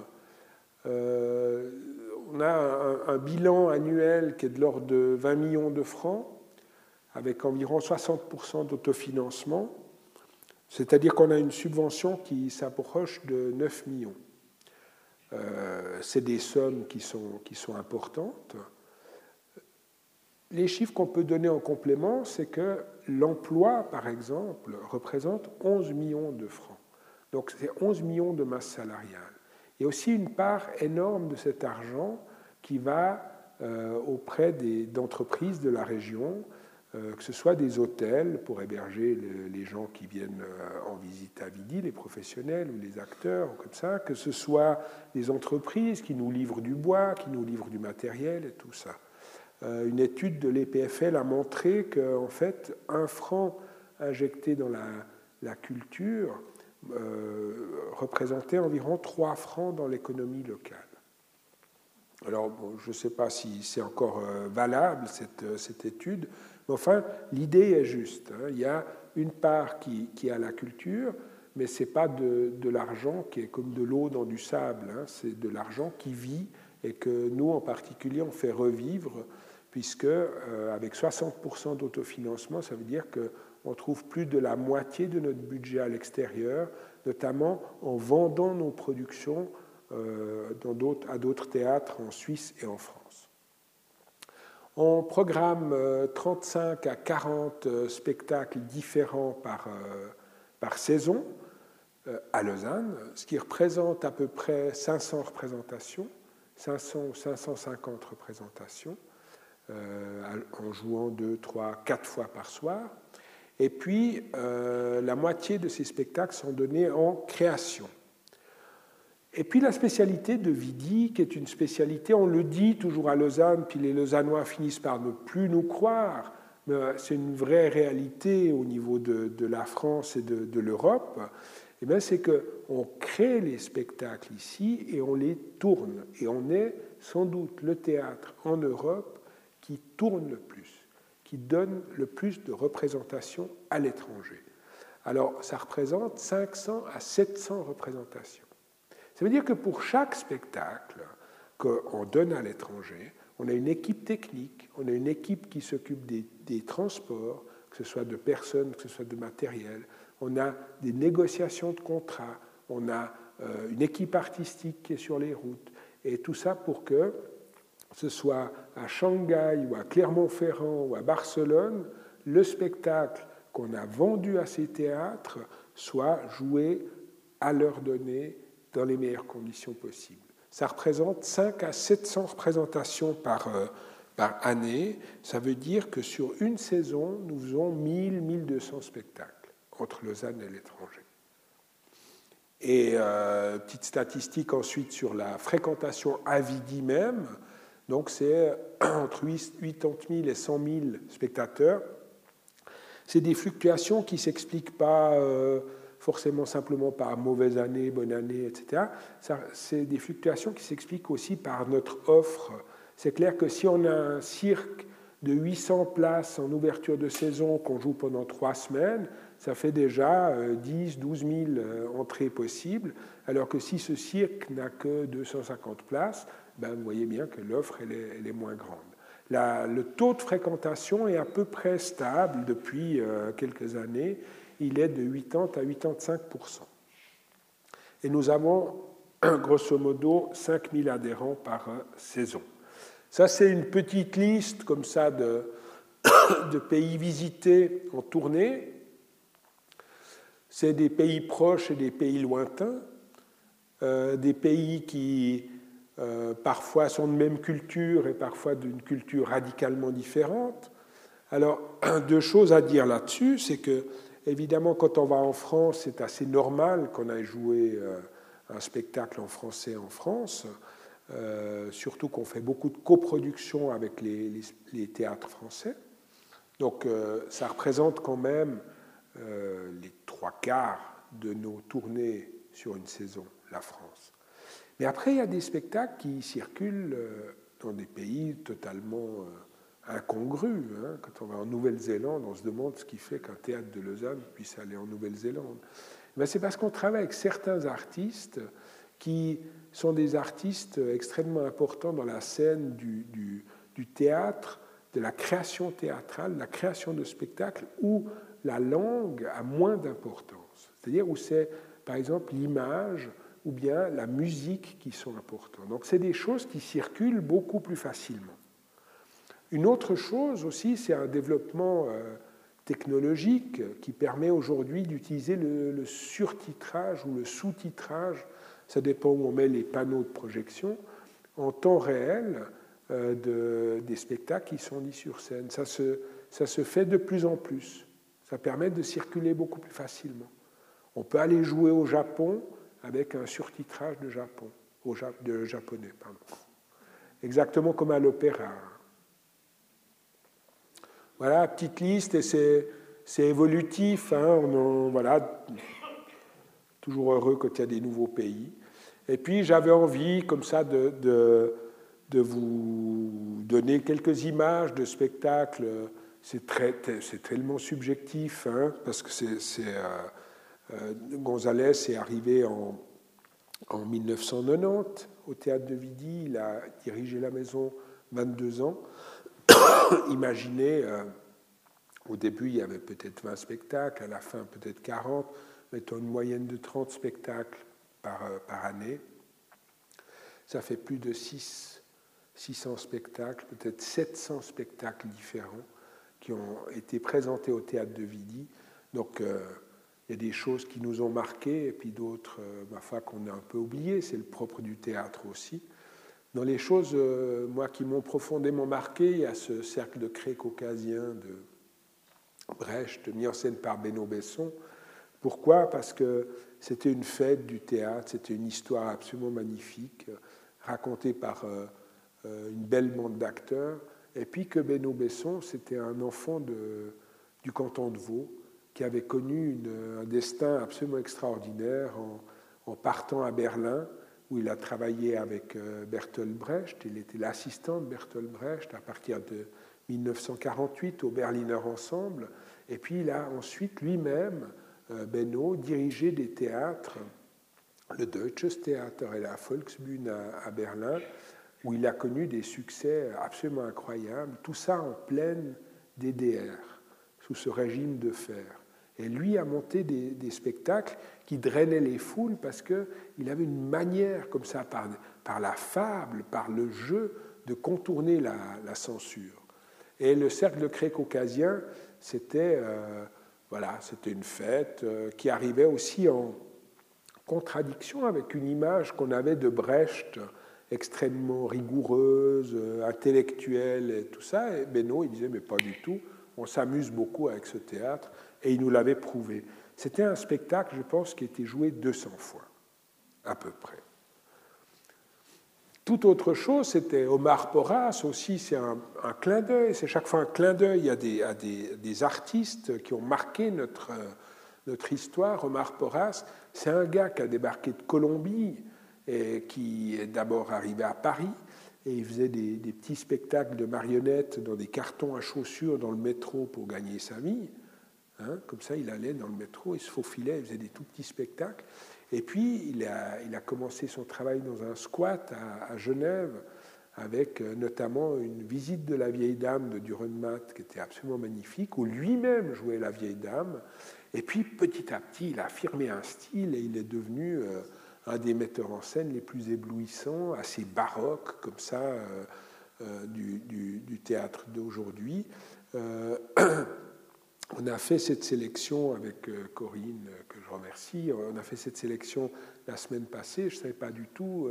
On a un bilan annuel qui est de l'ordre de 20 millions de francs, avec environ 60% d'autofinancement, c'est-à-dire qu'on a une subvention qui s'approche de 9 millions. C'est des sommes qui sont importantes. Les chiffres qu'on peut donner en complément, c'est que l'emploi, par exemple, représente 11 millions de francs. Donc c'est 11 millions de masse salariale. Il y a aussi une part énorme de cet argent qui va auprès d'entreprises de la région, que ce soit des hôtels pour héberger les gens qui viennent en visite à Vidi, les professionnels ou les acteurs, ou comme ça, que ce soit des entreprises qui nous livrent du bois, qui nous livrent du matériel et tout ça. Une étude de l'EPFL a montré qu'en fait, 1 franc injecté dans la culture représentait environ 3 francs dans l'économie locale. Alors, bon, je ne sais pas si c'est encore valable, cette étude, mais enfin, l'idée est juste. Il y a une part qui est à la culture, mais ce n'est pas de l'argent qui est comme de l'eau dans du sable, c'est de l'argent qui vit et que nous, en particulier, on fait revivre, puisque avec 60% d'autofinancement, ça veut dire qu'on trouve plus de la moitié de notre budget à l'extérieur, notamment en vendant nos productions à d'autres théâtres en Suisse et en France. On programme 35 à 40 spectacles différents par saison à Lausanne, ce qui représente à peu près 500 représentations, 500 ou 550 représentations, en jouant 2, 3, 4 fois par soir. Et puis, la moitié de ces spectacles sont donnés en création. Et puis la spécialité de Vidi, qui est une spécialité, on le dit toujours à Lausanne, puis les Lausannois finissent par ne plus nous croire, mais c'est une vraie réalité au niveau de la France et de l'Europe, eh bien, c'est qu'on crée les spectacles ici et on les tourne. Et on est sans doute le théâtre en Europe qui tourne le plus, qui donne le plus de représentations à l'étranger. Alors, ça représente 500 à 700 représentations. Ça veut dire que pour chaque spectacle qu'on donne à l'étranger, on a une équipe technique, on a une équipe qui s'occupe des transports, que ce soit de personnes, que ce soit de matériel, on a des négociations de contrats, on a une équipe artistique qui est sur les routes, et tout ça pour que ce soit à Shanghai ou à Clermont-Ferrand ou à Barcelone, le spectacle qu'on a vendu à ces théâtres soit joué à l'heure donnée dans les meilleures conditions possibles. Ça représente 5 à 700 représentations par année. Ça veut dire que sur une saison, nous faisons 1000-1200 spectacles entre Lausanne et l'étranger. Et petite statistique ensuite sur la fréquentation à Vidi même. Donc c'est entre 80 000 et 100 000 spectateurs. C'est des fluctuations qui ne s'expliquent pas forcément simplement par mauvaise année, bonne année, etc. C'est des fluctuations qui s'expliquent aussi par notre offre. C'est clair que si on a un cirque de 800 places en ouverture de saison qu'on joue pendant 3 semaines, ça fait déjà 10 000, 12 000 entrées possibles, alors que si ce cirque n'a que 250 places, ben vous voyez bien que l'offre elle est moins grande. Le taux de fréquentation est à peu près stable depuis quelques années. Il est de 80 à 85%. Et nous avons, grosso modo, 5 000 adhérents par saison. Ça, c'est une petite liste comme ça de pays visités en tournée. C'est des pays proches et des pays lointains, des pays qui parfois sont de même culture et parfois d'une culture radicalement différente. Alors, 2 choses à dire là-dessus, c'est que, évidemment, quand on va en France, c'est assez normal qu'on aille jouer un spectacle en français en France, surtout qu'on fait beaucoup de coproductions avec les théâtres français. Donc, ça représente quand même les 3/4 de nos tournées sur une saison, la France. Mais après, il y a des spectacles qui circulent dans des pays totalement incongrus. Quand on va en Nouvelle-Zélande, on se demande ce qui fait qu'un théâtre de Lausanne puisse aller en Nouvelle-Zélande. C'est parce qu'on travaille avec certains artistes qui sont des artistes extrêmement importants dans la scène du théâtre, de la création théâtrale, de la création de spectacles, où la langue a moins d'importance. C'est-à-dire où c'est, par exemple, l'image ou bien la musique qui sont importants. Donc c'est des choses qui circulent beaucoup plus facilement. Une autre chose aussi, c'est un développement technologique qui permet aujourd'hui d'utiliser le surtitrage ou le sous-titrage, ça dépend où on met les panneaux de projection, en temps réel des spectacles qui sont mis sur scène. Ça se fait de plus en plus. Ça permet de circuler beaucoup plus facilement. On peut aller jouer au Japon avec un surtitrage de japonais. Exactement comme à l'opéra. Voilà, petite liste, et c'est évolutif. Voilà, toujours heureux quand il y a des nouveaux pays. Et puis j'avais envie, comme ça, de vous donner quelques images de spectacles. C'est tellement subjectif, parce que Gonzalez est arrivé en 1990 au Théâtre de Vidi. Il a dirigé la maison 22 ans. Imaginez, au début, il y avait peut-être 20 spectacles, à la fin, peut-être 40, mettons une moyenne de 30 spectacles par année. Ça fait plus de 600 spectacles, peut-être 700 spectacles différents qui ont été présentés au Théâtre de Vidi. Donc, il y a des choses qui nous ont marquées et puis d'autres, ma foi, qu'on a un peu oubliées. C'est le propre du théâtre aussi. Dans les choses, moi, qui m'ont profondément marqué, il y a ce cercle de craie caucasien de Brecht, mis en scène par Benno Besson. Pourquoi ? Parce que c'était une fête du théâtre, c'était une histoire absolument magnifique, racontée par une belle bande d'acteurs, et puis que Benno Besson, c'était un enfant du canton de Vaud, qui avait connu un destin absolument extraordinaire en partant à Berlin, où il a travaillé avec Bertolt Brecht. Il était l'assistant de Bertolt Brecht à partir de 1948 au Berliner Ensemble. Et puis il a ensuite lui-même, Benno, dirigé des théâtres le Deutsches Theater et la Volksbühne à Berlin, où il a connu des succès absolument incroyables, tout ça en pleine DDR, sous ce régime de fer. Et lui a monté des spectacles qui drainaient les foules parce qu'il avait une manière, comme ça, par la fable, par le jeu, de contourner la censure. Et le cercle de Cré caucasien, c'était une fête qui arrivait aussi en contradiction avec une image qu'on avait de Brecht, extrêmement rigoureuse, intellectuelle et tout ça. Et Benoît, il disait, mais pas du tout, on s'amuse beaucoup avec ce théâtre, et il nous l'avait prouvé. C'était un spectacle, je pense, qui a été joué 200 fois, à peu près. Toute autre chose, c'était Omar Porras aussi, c'est un clin d'œil, c'est chaque fois un clin d'œil à des artistes qui ont marqué notre histoire. Omar Porras, c'est un gars qui a débarqué de Colombie et qui est d'abord arrivé à Paris, et il faisait des petits spectacles de marionnettes dans des cartons à chaussures dans le métro pour gagner sa vie. Comme ça, il allait dans le métro, il se faufilait, il faisait des tout petits spectacles. Et puis, il a commencé son travail dans un squat à Genève, avec notamment une visite de la vieille dame de Dürrenmatt, qui était absolument magnifique, où lui-même jouait la vieille dame. Et puis, petit à petit, il a affirmé un style et il est devenu un des metteurs en scène les plus éblouissants, assez baroque, comme ça, du théâtre d'aujourd'hui. On a fait cette sélection avec Corinne, que je remercie. On a fait cette sélection la semaine passée. Je ne savais pas du tout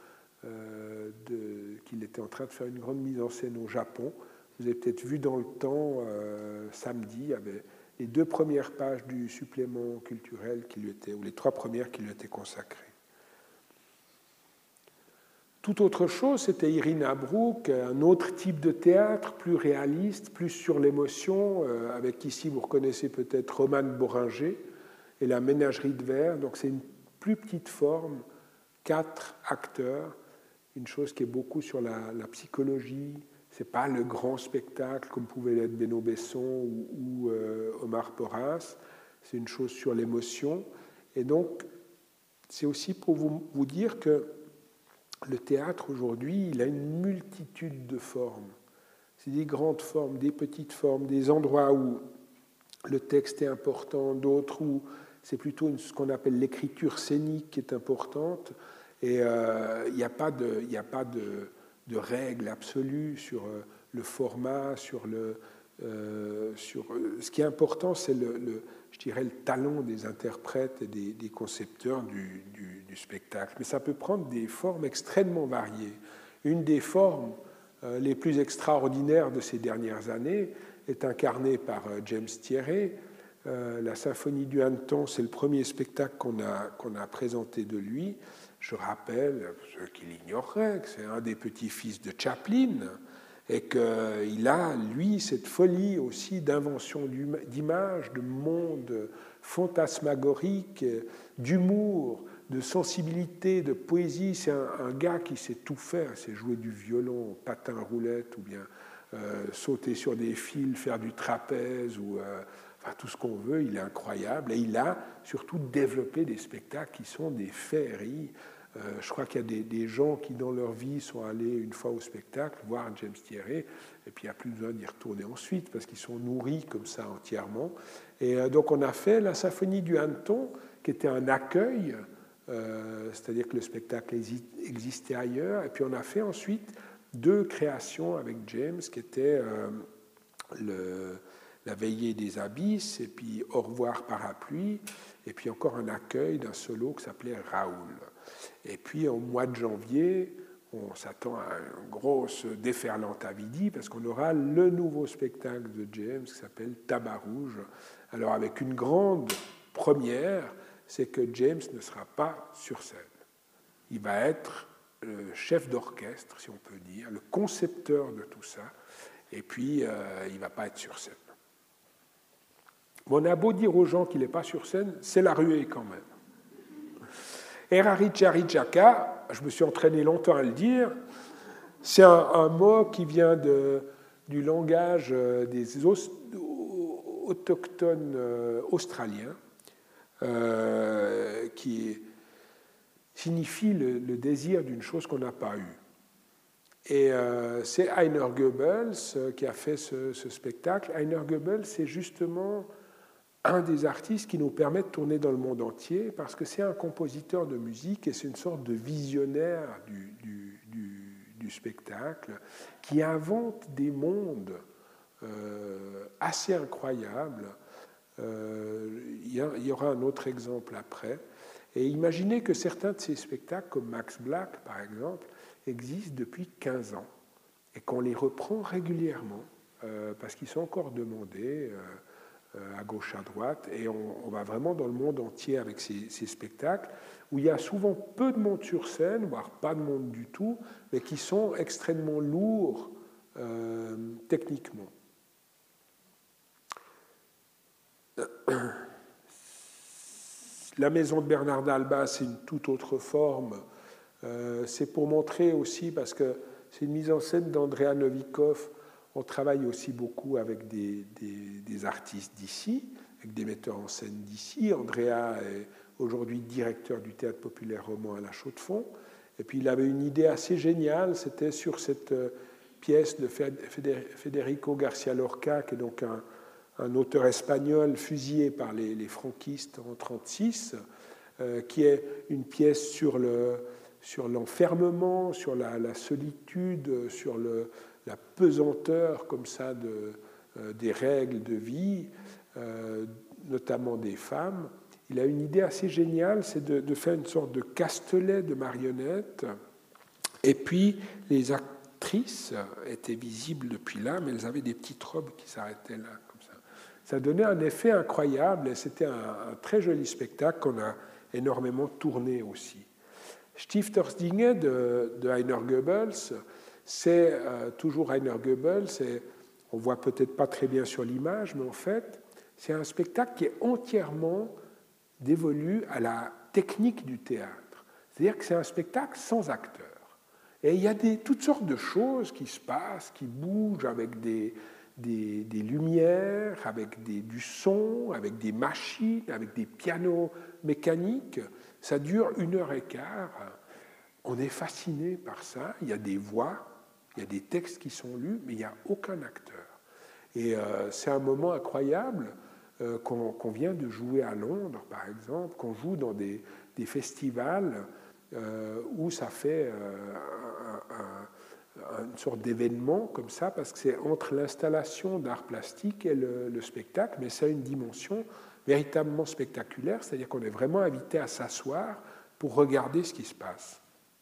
qu'il était en train de faire une grande mise en scène au Japon. Vous avez peut-être vu dans le temps, samedi, il y avait les 2 premières pages du supplément culturel ou les 3 premières qui lui étaient consacrées. Tout autre chose, c'était Irina Brouk, un autre type de théâtre, plus réaliste, plus sur l'émotion, avec ici, vous reconnaissez peut-être Romane Boringer et la Ménagerie de verre. Donc c'est une plus petite forme, 4 acteurs, une chose qui est beaucoup sur la psychologie. Ce n'est pas le grand spectacle comme pouvait l'être Benoît Besson ou Omar Porras, c'est une chose sur l'émotion. Et donc, c'est aussi pour vous dire que le théâtre, aujourd'hui, il a une multitude de formes. C'est des grandes formes, des petites formes, des endroits où le texte est important, d'autres où c'est plutôt ce qu'on appelle l'écriture scénique qui est importante. Et il n'y a pas de règle absolue sur le format, sur ce qui est important, c'est je dirais, le talent des interprètes et des concepteurs du spectacle. Mais ça peut prendre des formes extrêmement variées. Une des formes les plus extraordinaires de ces dernières années est incarnée par James Thierry. La Symphonie du Hanneton, c'est le premier spectacle qu'on a présenté de lui. Je rappelle, pour ceux qui l'ignoreraient, que c'est un des petits-fils de Chaplin, et qu'il a, lui, cette folie aussi d'invention d'images, de monde fantasmagorique, d'humour, de sensibilité, de poésie. C'est un gars qui sait tout faire. Il sait jouer du violon, patin roulette, ou bien sauter sur des fils, faire du trapèze, ou tout ce qu'on veut. Il est incroyable. Et il a surtout développé des spectacles qui sont des féeries. Je crois qu'il y a des gens qui, dans leur vie, sont allés une fois au spectacle, voir James Thierry, et puis il n'y a plus besoin d'y retourner ensuite, parce qu'ils sont nourris comme ça entièrement. Et donc on a fait la Symphonie du Hanneton, qui était un accueil, c'est-à-dire que le spectacle existait ailleurs, et puis on a fait ensuite 2 créations avec James, qui étaient la Veillée des Abysses, et puis Au revoir parapluie, et puis encore un accueil d'un solo qui s'appelait Raoul. Et puis au mois de janvier, on s'attend à une grosse déferlante à Vidi, parce qu'on aura le nouveau spectacle de James qui s'appelle Tabac Rouge. Alors avec une grande première, c'est que James ne sera pas sur scène. Il va être le chef d'orchestre, si on peut dire, le concepteur de tout ça, et puis il ne va pas être sur scène. On a beau dire aux gens qu'il n'est pas sur scène, c'est la ruée quand même. Eraricharijaka, je me suis entraîné longtemps à le dire, c'est un mot qui vient du langage des autochtones australiens, qui signifie le désir d'une chose qu'on n'a pas eue. Et c'est Heiner Goebbels qui a fait ce spectacle. Heiner Goebbels, c'est justement un des artistes qui nous permet de tourner dans le monde entier, parce que c'est un compositeur de musique et c'est une sorte de visionnaire du spectacle qui invente des mondes assez incroyables. Il y aura un autre exemple après. Et imaginez que certains de ces spectacles, comme Max Black par exemple, existent depuis 15 ans et qu'on les reprend régulièrement parce qu'ils sont encore demandés à gauche, à droite, et on va vraiment dans le monde entier avec ces spectacles où il y a souvent peu de monde sur scène, voire pas de monde du tout, mais qui sont extrêmement lourds techniquement. La maison de Bernard d'Alba, c'est une toute autre forme. C'est pour montrer aussi, parce que c'est une mise en scène d'Andrea Novikov. On travaille aussi beaucoup avec des artistes d'ici, avec des metteurs en scène d'ici. Andrea est aujourd'hui directeur du Théâtre populaire roman à La Chaux-de-Fonds. Et puis il avait une idée assez géniale, c'était sur cette pièce de Federico García Lorca, qui est donc un auteur espagnol fusillé par les franquistes en 1936, qui est une pièce sur l'enfermement, sur la solitude, sur la pesanteur comme ça des règles de vie, notamment des femmes. Il a une idée assez géniale, c'est de faire une sorte de castelet de marionnettes. Et puis les actrices étaient visibles depuis là, mais elles avaient des petites robes qui s'arrêtaient là, comme ça. Ça donnait un effet incroyable et c'était un très joli spectacle qu'on a énormément tourné aussi. Stiftersdinge de Heiner Goebbels, c'est toujours Heiner Goebbels, et on ne voit peut-être pas très bien sur l'image, mais en fait, c'est un spectacle qui est entièrement dévolu à la technique du théâtre. C'est-à-dire que c'est un spectacle sans acteurs. Et il y a toutes sortes de choses qui se passent, qui bougent avec des lumières, avec du son, avec des machines, avec des pianos mécaniques. Ça dure 1h15. On est fasciné par ça. Il y a des voix, il y a des textes qui sont lus, mais il n'y a aucun acteur. Et c'est un moment incroyable qu'on vient de jouer à Londres, par exemple, qu'on joue dans des festivals où ça fait une sorte d'événement comme ça, parce que c'est entre l'installation d'art plastique et le spectacle, mais ça a une dimension véritablement spectaculaire, c'est-à-dire qu'on est vraiment invité à s'asseoir pour regarder ce qui se passe.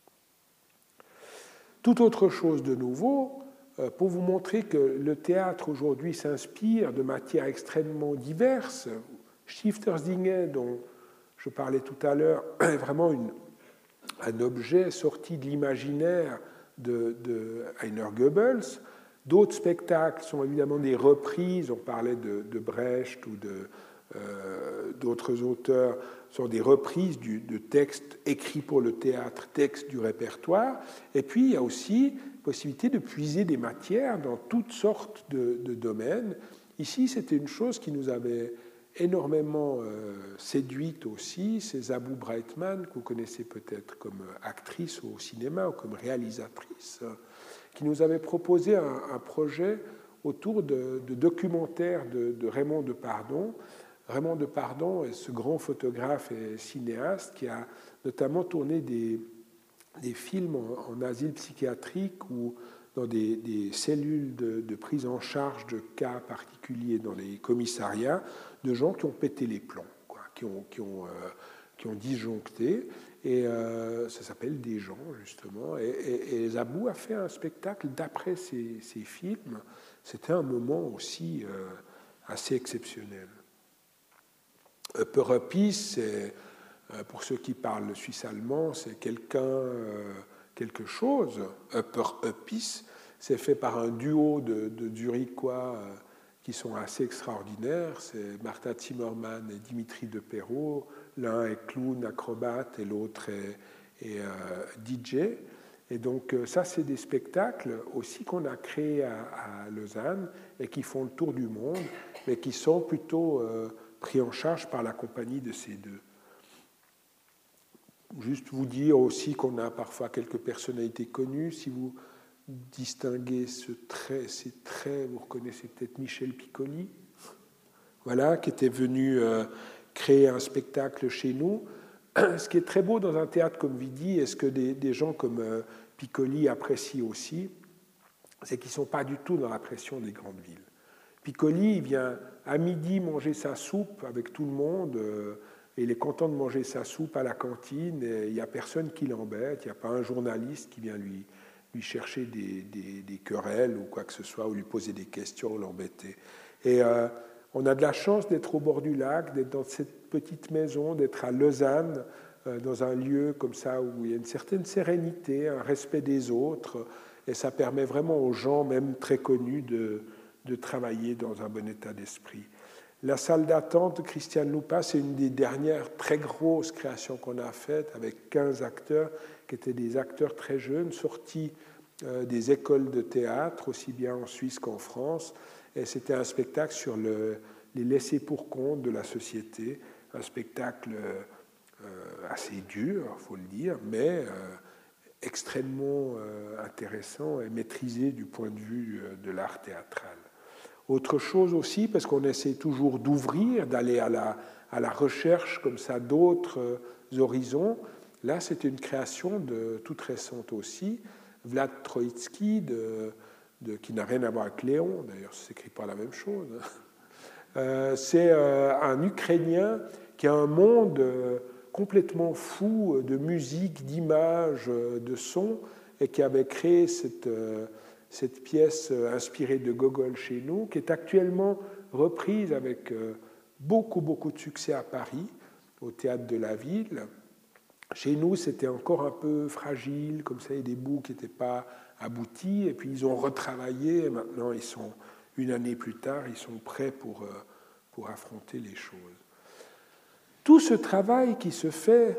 Tout autre chose de nouveau, pour vous montrer que le théâtre aujourd'hui s'inspire de matières extrêmement diverses. Stiftersdinge, dont je parlais tout à l'heure, est vraiment un objet sorti de l'imaginaire de Heiner Goebbels. D'autres spectacles sont évidemment des reprises, on parlait de Brecht ou d'autres auteurs, sont des reprises de textes écrits pour le théâtre, textes du répertoire. Et puis il y a aussi possibilité de puiser des matières dans toutes sortes de domaines. Ici, c'était une chose qui nous avait énormément séduite aussi, c'est Zabou Breitman, que vous connaissez peut-être comme actrice au cinéma ou comme réalisatrice, qui nous avait proposé un projet autour de documentaires de Raymond Depardon. Raymond Depardon est ce grand photographe et cinéaste qui a notamment tourné des films en asile psychiatrique ou dans des cellules de prise en charge de cas particuliers dans les commissariats, de gens qui ont pété les plombs, quoi, qui ont disjoncté. Et ça s'appelle Des gens, justement. Et Zabou a fait un spectacle d'après ces films. C'était un moment aussi assez exceptionnel. Upper Upis, pour ceux qui parlent le suisse-allemand, c'est quelque chose. Upper Upis, c'est fait par un duo de Zurichois qui sont assez extraordinaires. C'est Martha Zimmermann et Dimitri de Perrault. L'un est clown, acrobate, et l'autre est DJ. Et donc ça, c'est des spectacles aussi qu'on a créés à Lausanne et qui font le tour du monde, mais qui sont plutôt pris en charge par la compagnie de ces deux. juste vous dire aussi qu'on a parfois quelques personnalités connues. Si vous distinguez ces traits, vous reconnaissez peut-être Michel Piccoli, voilà, qui était venu créer un spectacle chez nous. Ce qui est très beau dans un théâtre comme Vidi, et ce que des gens comme Piccoli apprécient aussi, c'est qu'ils ne sont pas du tout dans la pression des grandes villes. Piccoli, il vient à midi manger sa soupe avec tout le monde, et il est content de manger sa soupe à la cantine, et il n'y a personne qui l'embête, il n'y a pas un journaliste qui vient lui chercher des querelles ou quoi que ce soit, ou lui poser des questions, ou l'embêter. Et on a de la chance d'être au bord du lac, d'être dans cette petite maison, d'être à Lausanne, dans un lieu comme ça où il y a une certaine sérénité, un respect des autres, et ça permet vraiment aux gens, même très connus, de travailler dans un bon état d'esprit. La salle d'attente de Christian Lupa, c'est une des dernières très grosses créations qu'on a faites, avec 15 acteurs, qui étaient des acteurs très jeunes, sortis des écoles de théâtre, aussi bien en Suisse qu'en France. Et c'était un spectacle sur les laissés pour compte de la société, un spectacle assez dur, il faut le dire, mais extrêmement intéressant et maîtrisé du point de vue de l'art théâtral. Autre chose aussi, parce qu'on essaie toujours d'ouvrir, d'aller à la recherche comme ça d'autres horizons. Là, c'était une création toute récente aussi, Vlad Troïtsky, qui n'a rien à voir avec Léon, d'ailleurs, ça ne s'écrit pas la même chose. C'est un Ukrainien qui a un monde complètement fou de musique, d'images, de sons, et qui avait créé cette pièce inspirée de Gogol chez nous, qui est actuellement reprise avec beaucoup de succès à Paris, au Théâtre de la Ville. Chez nous, c'était encore un peu fragile, comme ça, il y a des bouts qui n'étaient pas aboutis, et puis ils ont retravaillé, et maintenant, une année plus tard, ils sont prêts pour affronter les choses. Tout ce travail qui se fait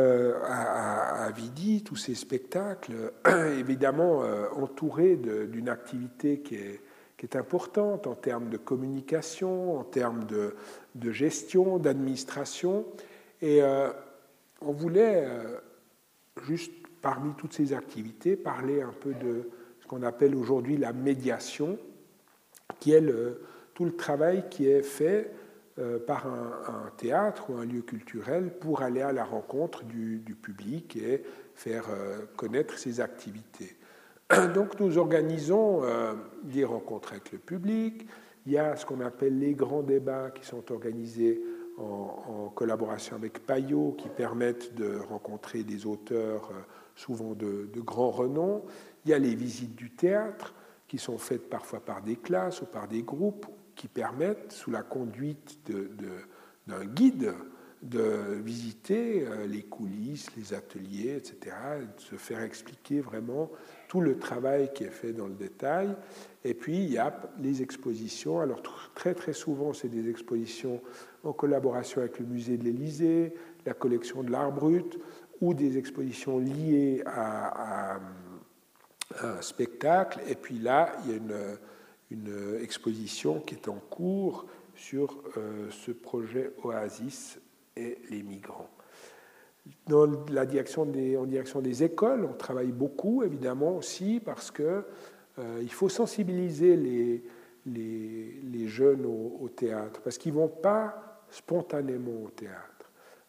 à Vidi, tous ces spectacles, évidemment entourés d'une activité qui est importante en termes de communication, en termes de gestion, d'administration. Et on voulait, juste parmi toutes ces activités, parler un peu de ce qu'on appelle aujourd'hui la médiation, qui est tout le travail qui est fait par un théâtre ou un lieu culturel pour aller à la rencontre du public et faire connaître ses activités. Donc nous organisons des rencontres avec le public. Il y a ce qu'on appelle les grands débats qui sont organisés en collaboration avec Payot, qui permettent de rencontrer des auteurs souvent de grand renom. Il y a les visites du théâtre qui sont faites parfois par des classes ou par des groupes, qui permettent, sous la conduite d'un guide, de visiter les coulisses, les ateliers, etc., de se faire expliquer vraiment tout le travail qui est fait dans le détail. Et puis, il y a les expositions. Alors, très souvent, c'est des expositions en collaboration avec le musée de l'Élysée, la collection de l'art brut, ou des expositions liées à un spectacle. Et puis là, il y a une exposition qui est en cours sur ce projet Oasis et les migrants. En direction des écoles, on travaille beaucoup, évidemment, aussi, parce qu'il faut sensibiliser les jeunes au théâtre, parce qu'ils ne vont pas spontanément au théâtre.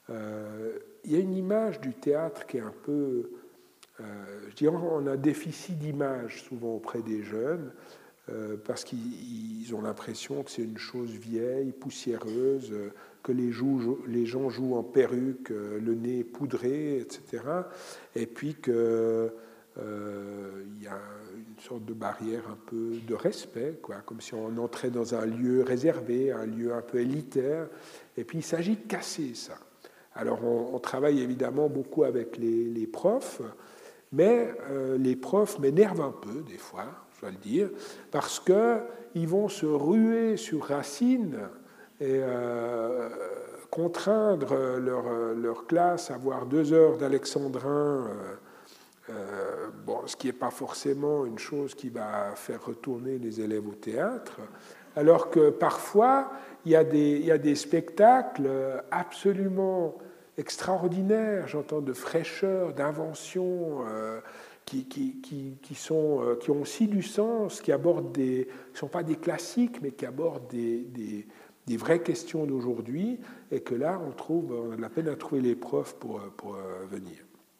Il y a une image du théâtre qui est un peu... je dirais, on a un déficit d'image souvent auprès des jeunes, parce qu'ils ont l'impression que c'est une chose vieille, poussiéreuse, que les gens jouent en perruque, le nez poudré, etc. Et puis qu'il y a une sorte de barrière un peu de respect, quoi, comme si on entrait dans un lieu réservé, un lieu un peu élitaire. Et puis il s'agit de casser ça. Alors on travaille évidemment beaucoup avec les profs, mais les profs m'énervent un peu des fois, je dois le dire, parce qu'ils vont se ruer sur Racine et contraindre leur classe à avoir 2 heures d'alexandrin, ce qui n'est pas forcément une chose qui va faire retourner les élèves au théâtre, alors que parfois, il y a des spectacles absolument extraordinaires, j'entends de fraîcheur, d'invention, qui ont aussi du sens, qui abordent ne sont pas des classiques, mais qui abordent des vraies questions d'aujourd'hui, et que là, on a de la peine à trouver les profs pour venir.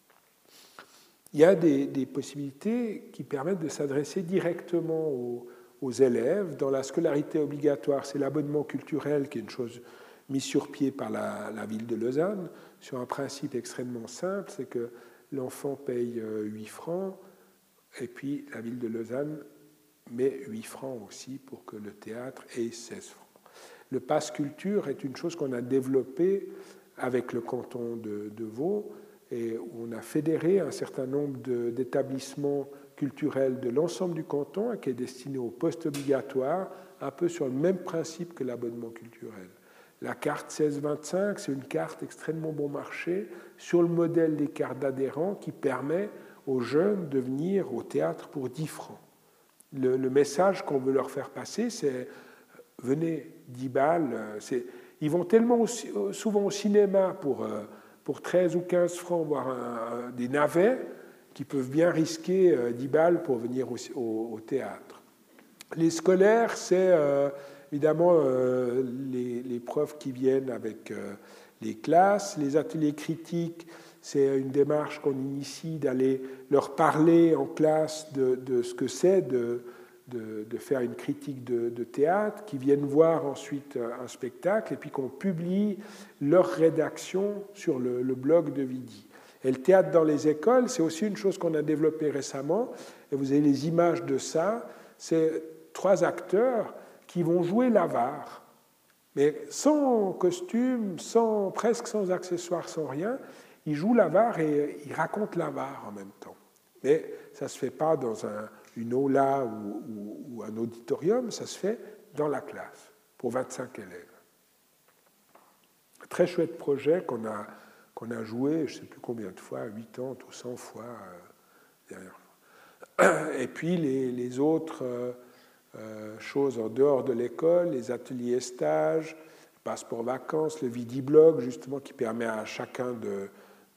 Il y a des possibilités qui permettent de s'adresser directement aux élèves. Dans la scolarité obligatoire, c'est l'abonnement culturel qui est une chose mise sur pied par la ville de Lausanne, sur un principe extrêmement simple, c'est que l'enfant paye 8 francs, et puis la ville de Lausanne met 8 francs aussi pour que le théâtre ait 16 francs. Le pass culture est une chose qu'on a développée avec le canton de Vaud, et où on a fédéré un certain nombre d'établissements culturels de l'ensemble du canton, et qui est destiné au post-obligatoire, un peu sur le même principe que l'abonnement culturel. La carte 16-25, c'est une carte extrêmement bon marché, sur le modèle des cartes d'adhérents, qui permet aux jeunes de venir au théâtre pour 10 francs. Le message qu'on veut leur faire passer, c'est « venez, 10 balles ». Ils vont tellement souvent au cinéma pour 13 ou 15 francs, voire des navets, qui peuvent bien risquer 10 balles pour venir au théâtre. Les scolaires, c'est évidemment les profs qui viennent avec les classes. Les ateliers critiques, c'est une démarche qu'on initie d'aller leur parler en classe de ce que c'est de faire une critique de théâtre, qui viennent voir ensuite un spectacle, et puis qu'on publie leur rédaction sur le blog de Vidi. Et le théâtre dans les écoles, c'est aussi une chose qu'on a développée récemment, et vous avez les images de ça. C'est 3 acteurs qui vont jouer l'avare, mais sans costume, presque sans accessoires, sans rien. Ils jouent l'avare et ils racontent l'avare en même temps. Mais ça ne se fait pas dans une aula ou un auditorium, ça se fait dans la classe, pour 25 élèves. Très chouette projet qu'on a joué, je ne sais plus combien de fois, 80 ou 100 fois derrière. Et puis les autres choses en dehors de l'école, les ateliers stages, le passeport vacances, le Vidi-blog, justement, qui permet à chacun de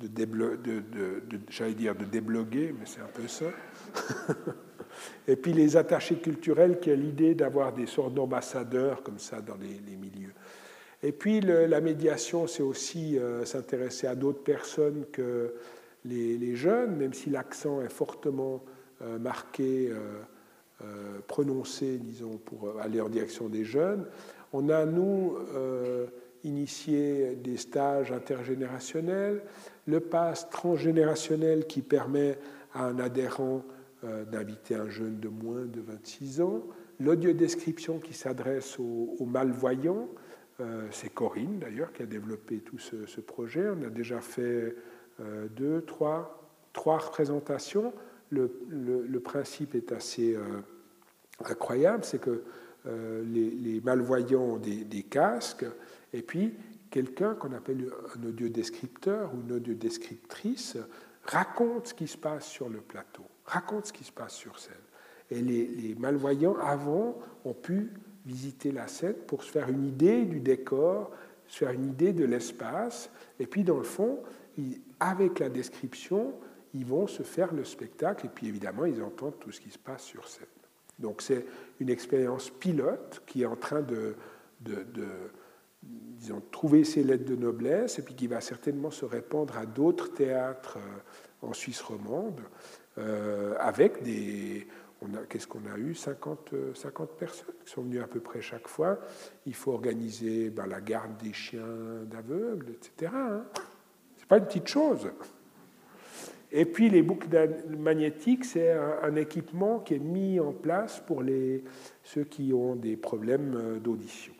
débloguer, mais c'est un peu ça. Et puis les attachés culturels, qui a l'idée d'avoir des sortes d'ambassadeurs comme ça dans les milieux. Et puis la médiation, c'est aussi s'intéresser à d'autres personnes que les jeunes, même si l'accent est fortement marqué, prononcé, disons, pour aller en direction des jeunes. On a, nous, initié des stages intergénérationnels, le pass transgénérationnel qui permet à un adhérent d'inviter un jeune de moins de 26 ans, l'audiodescription qui s'adresse aux malvoyants. C'est Corinne, d'ailleurs, qui a développé tout ce projet. On a déjà fait 3 représentations. Le principe est assez incroyable, c'est que les malvoyants ont des casques, et puis quelqu'un qu'on appelle un audiodescripteur ou une audiodescriptrice raconte ce qui se passe sur le plateau, raconte ce qui se passe sur scène. Et les malvoyants, avant, ont pu visiter la scène pour se faire une idée du décor, se faire une idée de l'espace, et puis dans le fond, avec la description, ils vont se faire le spectacle, et puis évidemment, ils entendent tout ce qui se passe sur scène. Donc c'est une expérience pilote qui est en train de disons, trouver ses lettres de noblesse, et puis qui va certainement se répandre à d'autres théâtres en Suisse romande, avec qu'est-ce qu'on a eu 50 personnes qui sont venues à peu près chaque fois. Il faut organiser la garde des chiens d'aveugles, etc. Hein. Ce n'est pas une petite chose. Et puis les boucles magnétiques, c'est un équipement qui est mis en place pour ceux qui ont des problèmes d'audition.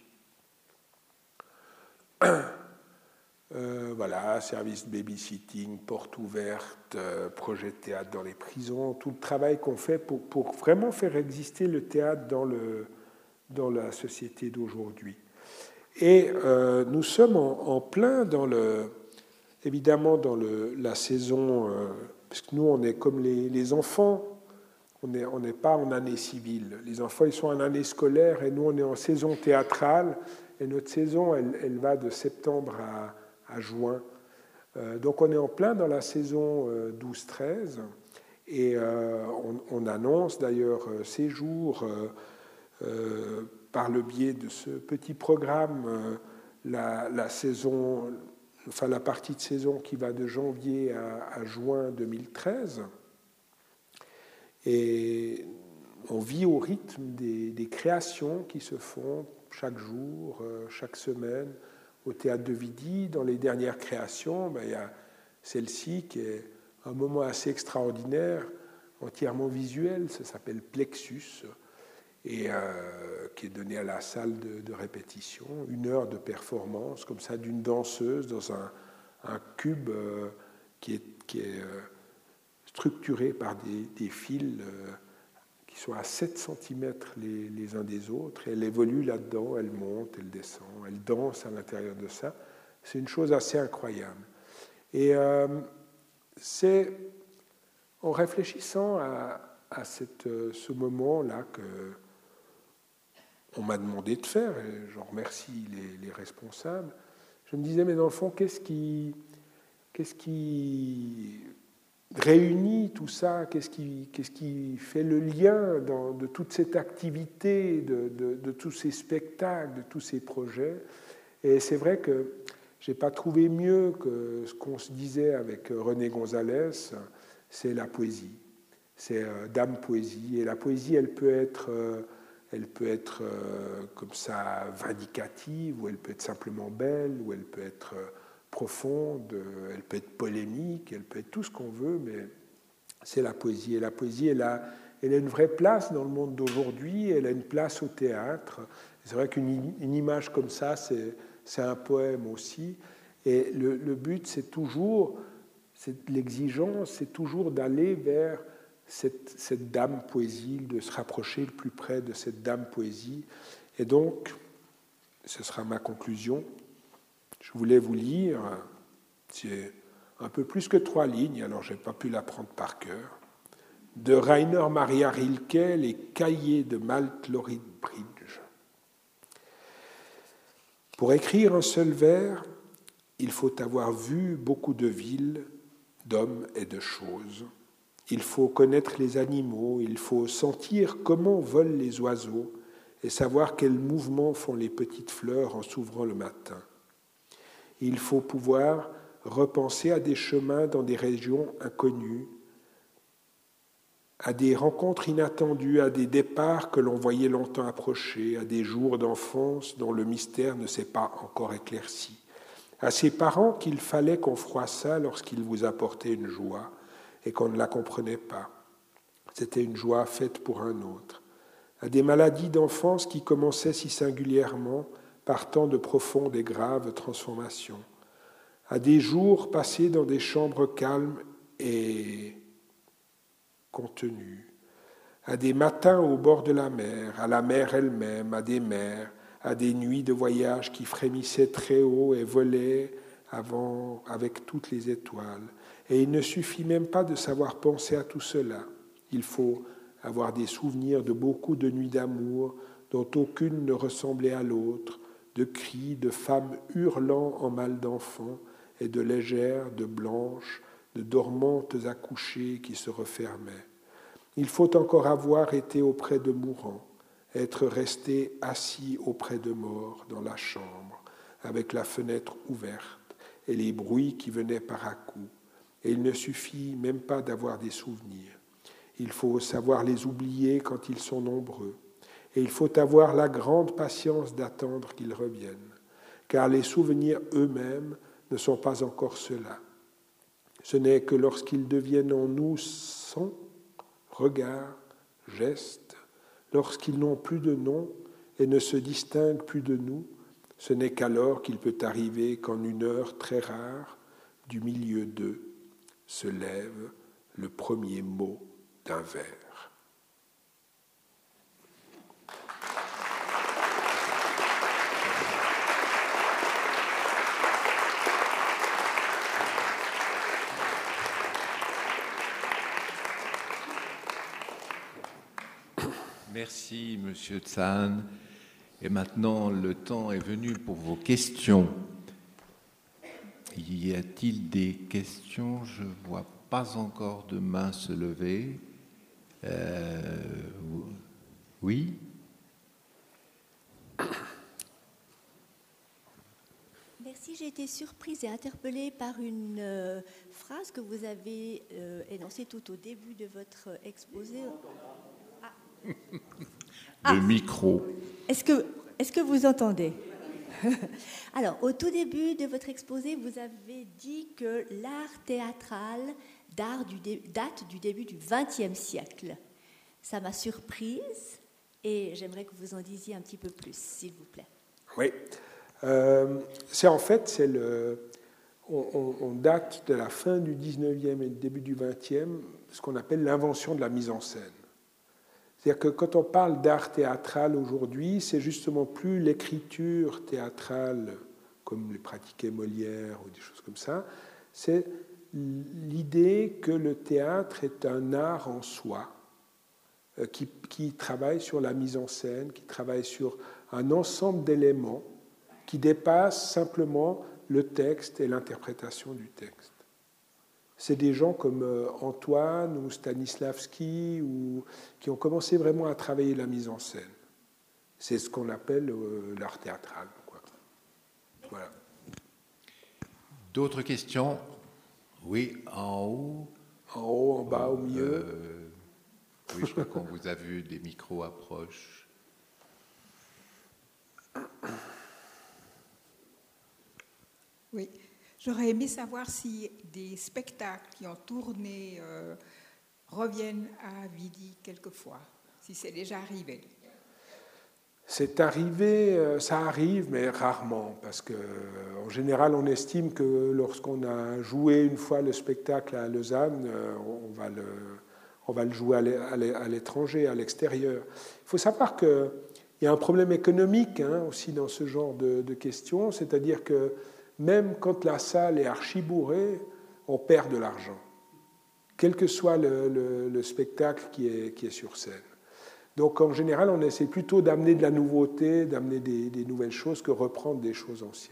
Voilà, service de babysitting, porte ouverte, projet de théâtre dans les prisons, tout le travail qu'on fait pour vraiment faire exister le théâtre dans la société d'aujourd'hui. Et nous sommes en plein évidemment dans la saison, parce que nous on est comme les enfants, on n'est pas en année civile. Les enfants ils sont en année scolaire et nous on est en saison théâtrale, et notre saison elle va de septembre à juin. Donc on est en plein dans la saison 12-13 et on annonce d'ailleurs ces jours par le biais de ce petit programme la saison, enfin la partie de saison qui va de janvier à juin 2013. Et on vit au rythme des créations qui se font chaque jour, chaque semaine, au Théâtre de Vidy. Dans les dernières créations, il y a celle-ci qui est un moment assez extraordinaire, entièrement visuel, ça s'appelle Plexus, et qui est donné à la salle de répétition, 1 heure de performance, comme ça, d'une danseuse dans un cube qui est structuré par des fils qui sont à 7 cm les uns des autres, et elle évolue là-dedans, elle monte, elle descend, elle danse à l'intérieur de ça. C'est une chose assez incroyable. Et c'est en réfléchissant à ce moment-là qu'on m'a demandé de faire, et j'en remercie les responsables, je me disais, mais dans le fond, qu'est-ce qui réunit tout ça, qu'est-ce qui fait le lien de toute cette activité, de tous ces spectacles, de tous ces projets. Et c'est vrai que je n'ai pas trouvé mieux que ce qu'on se disait avec René Gonzalez, c'est la poésie. C'est Dame Poésie. Et la poésie, elle peut être comme ça vindicative, ou elle peut être simplement belle, ou elle peut être profonde, elle peut être polémique, elle peut être tout ce qu'on veut, mais c'est la poésie. Et la poésie, elle a une vraie place dans le monde d'aujourd'hui, elle a une place au théâtre. C'est vrai qu'une image comme ça, c'est un poème aussi. Et le but, c'est l'exigence, c'est toujours d'aller vers cette dame poésie, de se rapprocher le plus près de cette dame poésie. Et donc, ce sera ma conclusion. Je voulais vous lire, c'est un peu plus que 3 lignes, alors je n'ai pas pu l'apprendre par cœur, de Rainer Maria Rilke, Les Cahiers de Malte Lethbridge. Pour écrire un seul vers, il faut avoir vu beaucoup de villes, d'hommes et de choses. Il faut connaître les animaux, il faut sentir comment volent les oiseaux et savoir quels mouvements font les petites fleurs en s'ouvrant le matin. Il faut pouvoir repenser à des chemins dans des régions inconnues, à des rencontres inattendues, à des départs que l'on voyait longtemps approcher, à des jours d'enfance dont le mystère ne s'est pas encore éclairci, à ces parents qu'il fallait qu'on froissât lorsqu'ils vous apportaient une joie et qu'on ne la comprenait pas. C'était une joie faite pour un autre, à des maladies d'enfance qui commençaient si singulièrement par tant de profondes et graves transformations, à des jours passés dans des chambres calmes et contenues, à des matins au bord de la mer, à la mer elle-même, à des mers, à des nuits de voyage qui frémissaient très haut et volaient avant avec toutes les étoiles. Et il ne suffit même pas de savoir penser à tout cela. Il faut avoir des souvenirs de beaucoup de nuits d'amour dont aucune ne ressemblait à l'autre, de cris de femmes hurlant en mal d'enfants et de légères, de blanches, de dormantes accouchées qui se refermaient. Il faut encore avoir été auprès de mourants, être resté assis auprès de morts dans la chambre, avec la fenêtre ouverte et les bruits qui venaient par à-coups. Et il ne suffit même pas d'avoir des souvenirs. Il faut savoir les oublier quand ils sont nombreux. Et il faut avoir la grande patience d'attendre qu'ils reviennent, car les souvenirs eux-mêmes ne sont pas encore ceux-là. Ce n'est que lorsqu'ils deviennent en nous sons, regards, gestes, lorsqu'ils n'ont plus de nom et ne se distinguent plus de nous, ce n'est qu'alors qu'il peut arriver qu'en une heure très rare, du milieu d'eux, se lève le premier mot d'un vers. Merci, Monsieur Tsan. Et maintenant, le temps est venu pour vos questions. Y a-t-il des questions? Je ne vois pas encore de main se lever. Oui. Merci, j'ai été surprise et interpellée par une phrase que vous avez énoncée tout au début de votre exposé. Le micro. Est-ce que vous entendez? Alors, au tout début de votre exposé, vous avez dit que l'art théâtral date du début du XXe siècle. Ça m'a surprise et j'aimerais que vous en disiez un petit peu plus, s'il vous plaît. Oui. On date de la fin du 19e et du début du 20e, ce qu'on appelle l'invention de la mise en scène. C'est-à-dire que quand on parle d'art théâtral aujourd'hui, c'est justement plus l'écriture théâtrale comme les pratiquait Molière ou des choses comme ça, c'est l'idée que le théâtre est un art en soi, qui travaille sur la mise en scène, qui travaille sur un ensemble d'éléments qui dépassent simplement le texte et l'interprétation du texte. C'est des gens comme Antoine ou Stanislavski qui ont commencé vraiment à travailler la mise en scène. C'est ce qu'on appelle l'art théâtral, quoi. Voilà. D'autres questions? Oui, en haut. En haut, en bas, au milieu. Oui, je crois qu'on vous a vu, des micros approchent. Oui, j'aurais aimé savoir si des spectacles qui ont tourné reviennent à Vidi quelquefois, si c'est déjà arrivé. C'est arrivé, ça arrive, mais rarement, parce qu'en général, on estime que lorsqu'on a joué une fois le spectacle à Lausanne, on va le jouer à l'étranger, à l'extérieur. Il faut savoir qu'il y a un problème économique aussi dans ce genre de questions, c'est-à-dire que même quand la salle est archi-bourrée, on perd de l'argent, quel que soit le spectacle qui est sur scène. Donc en général, on essaie plutôt d'amener de la nouveauté, d'amener des nouvelles choses que reprendre des choses anciennes.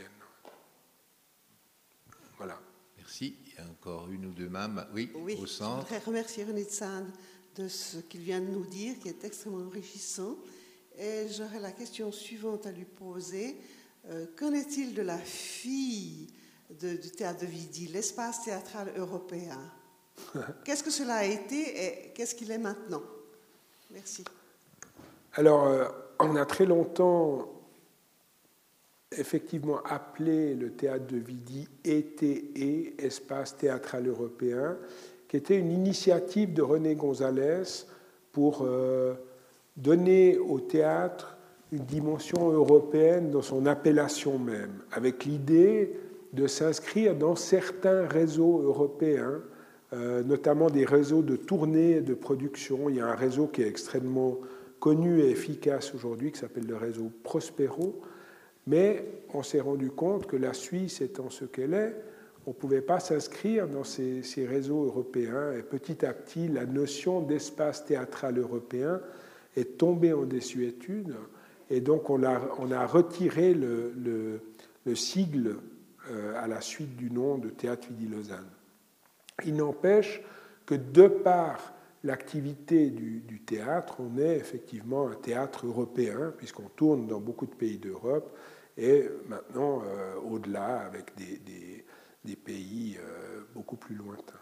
Voilà. Merci. Il y a encore une ou deux mains. Oui, au centre. Je voudrais remercier René de Sade de ce qu'il vient de nous dire, qui est extrêmement enrichissant. Et j'aurais la question suivante à lui poser. Qu'en est-il de la fille du théâtre de Vidi, l'espace théâtral européen? Qu'est-ce que cela a été et qu'est-ce qu'il est maintenant? Merci. Alors, on a très longtemps effectivement appelé le théâtre de Vidi ETE, Espace Théâtral Européen, qui était une initiative de René Gonzalez pour donner au théâtre une dimension européenne dans son appellation même, avec l'idée de s'inscrire dans certains réseaux européens, notamment des réseaux de tournée et de production. Il y a un réseau qui est extrêmement connu et efficace aujourd'hui, qui s'appelle le réseau Prospero, mais on s'est rendu compte que la Suisse étant ce qu'elle est, on ne pouvait pas s'inscrire dans ces réseaux européens, et petit à petit, la notion d'espace théâtral européen est tombée en désuétude, et donc on a retiré le sigle à la suite du nom de Théâtre Vidi Lausanne. Il n'empêche que de par l'activité du théâtre, on est effectivement un théâtre européen, puisqu'on tourne dans beaucoup de pays d'Europe, et maintenant au-delà avec des pays beaucoup plus lointains.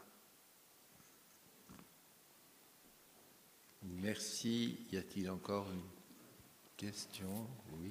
Merci. Y a-t-il encore une question? Oui.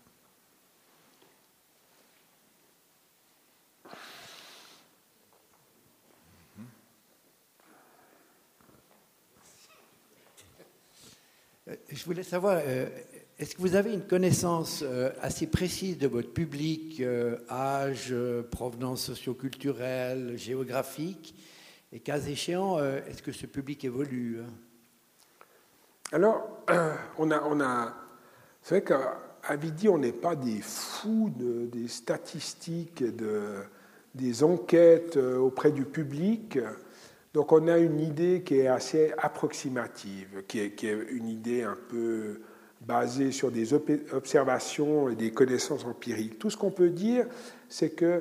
Je voulais savoir, est-ce que vous avez une connaissance assez précise de votre public, âge, provenance socioculturelle, géographique, et cas échéant, est-ce que ce public évolue? Alors, c'est vrai qu'à Vidi, on n'est pas des fous des statistiques, des enquêtes auprès du public. Donc on a une idée qui est assez approximative, qui est une idée un peu basée sur des observations et des connaissances empiriques. Tout ce qu'on peut dire, c'est que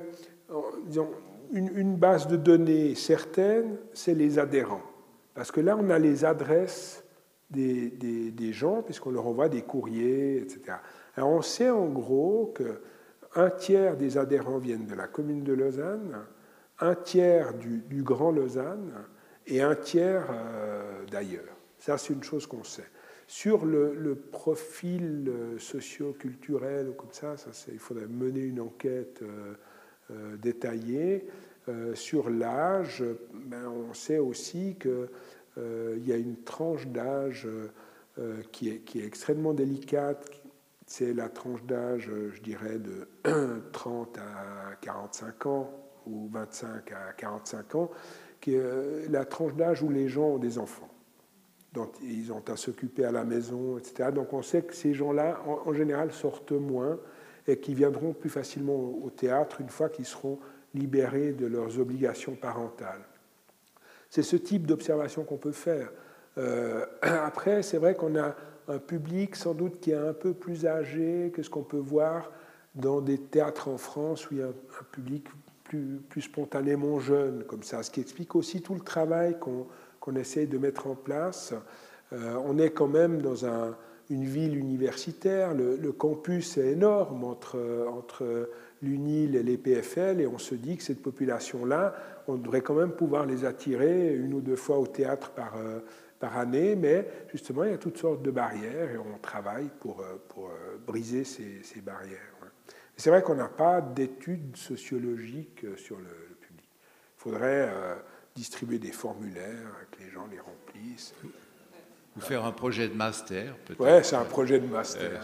disons, une base de données certaine, c'est les adhérents. Parce que là, on a les adresses des gens, puisqu'on leur envoie des courriers, etc. Alors, on sait en gros qu'un tiers des adhérents viennent de la commune de Lausanne, un tiers du Grand Lausanne et un tiers d'ailleurs. Ça, c'est une chose qu'on sait. Sur le profil socio-culturel, comme ça il faudrait mener une enquête détaillée. Sur l'âge, on sait aussi qu'il y a une tranche d'âge qui est extrêmement délicate. C'est la tranche d'âge, je dirais, de 30 à 45 ans ou 25 à 45 ans, qui est la tranche d'âge où les gens ont des enfants. Donc, ils ont à s'occuper à la maison, etc. Donc on sait que ces gens-là, en général, sortent moins et qu'ils viendront plus facilement au théâtre une fois qu'ils seront libérés de leurs obligations parentales. C'est ce type d'observation qu'on peut faire. Après, c'est vrai qu'on a un public sans doute qui est un peu plus âgé que ce qu'on peut voir dans des théâtres en France où il y a un public plus spontanément jeune, comme ça, ce qui explique aussi tout le travail qu'on essaie de mettre en place. On est quand même dans une ville universitaire, le campus est énorme entre l'UNIL et les PFL, et on se dit que cette population-là, on devrait quand même pouvoir les attirer une ou deux fois au théâtre par année, mais justement, il y a toutes sortes de barrières, et on travaille pour briser ces barrières. C'est vrai qu'on n'a pas d'études sociologiques sur le public. Il faudrait distribuer des formulaires, que les gens les remplissent. Ou faire un projet de master, peut-être. Oui, c'est un projet de master.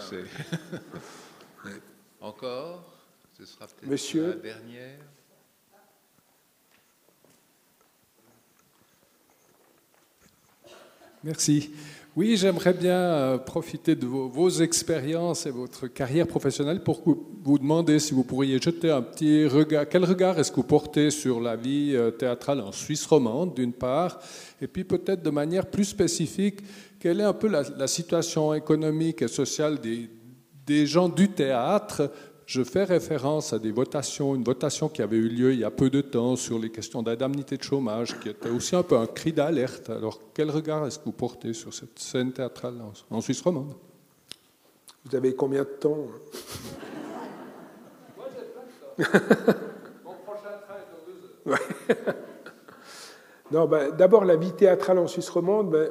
Encore ? Ce sera peut-être Monsieur. La dernière. Merci. Oui, j'aimerais bien profiter de vos expériences et votre carrière professionnelle pour vous demander si vous pourriez jeter un petit regard. Quel regard est-ce que vous portez sur la vie théâtrale en Suisse romande, d'une part, et puis peut-être de manière plus spécifique, quelle est un peu la situation économique et sociale des gens du théâtre? Je fais référence à des votations, une votation qui avait eu lieu il y a peu de temps sur les questions d'indemnité de chômage, qui était aussi un peu un cri d'alerte. Alors, quel regard est-ce que vous portez sur cette scène théâtrale en Suisse romande? Vous avez combien de temps? Moi, j'ai plein de temps. Mon prochain train est dans 2 heures. Non, d'abord, la vie théâtrale en Suisse romande,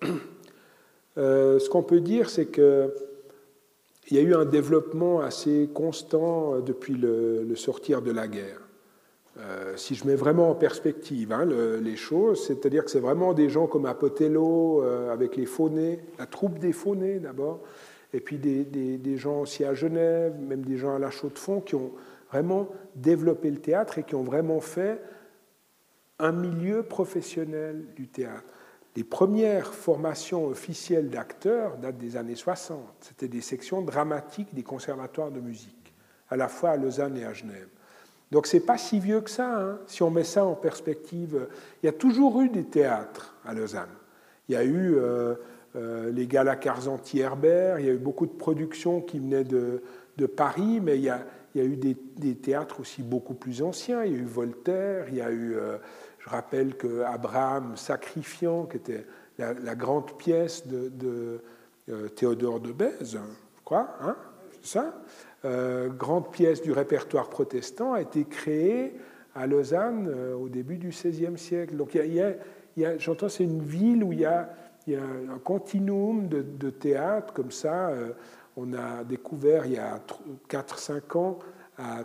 ce qu'on peut dire, c'est que il y a eu un développement assez constant depuis le sortir de la guerre. Si je mets vraiment en perspective les choses, c'est-à-dire que c'est vraiment des gens comme Apotello, avec les Faunets, la troupe des Faunets d'abord, et puis des gens aussi à Genève, même des gens à La Chaux-de-Fonds, qui ont vraiment développé le théâtre et qui ont vraiment fait un milieu professionnel du théâtre. Les premières formations officielles d'acteurs datent des années 60. C'était des sections dramatiques des conservatoires de musique, à la fois à Lausanne et à Genève. Donc ce n'est pas si vieux que ça, si on met ça en perspective. Il y a toujours eu des théâtres à Lausanne. Il y a eu les galas Carzanti-Herbert, il y a eu beaucoup de productions qui venaient de Paris, mais il y a eu des théâtres aussi beaucoup plus anciens. Il y a eu Voltaire, il y a eu... Je rappelle qu'Abraham Sacrifiant, qui était la grande pièce de Théodore de Bèze, je crois, c'est ça, grande pièce du répertoire protestant, a été créée à Lausanne au début du XVIe siècle. Donc j'entends, c'est une ville où il y a un continuum de théâtre comme ça. On a découvert il y a 4-5 ans, à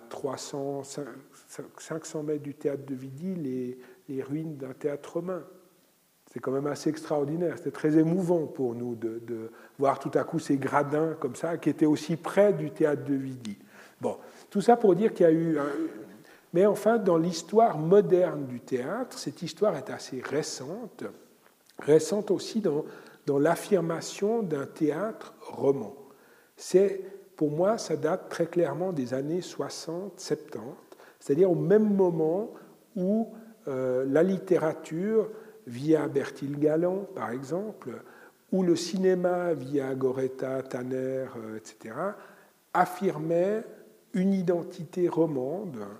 500 mètres du théâtre de Vidy, les ruines d'un théâtre romain. C'est quand même assez extraordinaire. C'était très émouvant pour nous de voir tout à coup ces gradins comme ça, qui étaient aussi près du théâtre de Vidy. Bon, tout ça pour dire qu'il y a eu... Mais enfin, dans l'histoire moderne du théâtre, cette histoire est assez récente aussi dans l'affirmation d'un théâtre roman. Pour moi, ça date très clairement des années 60-70, c'est-à-dire au même moment où la littérature, via Bertil Galland, par exemple, ou le cinéma, via Goretta, Tanner, etc., affirmait une identité romande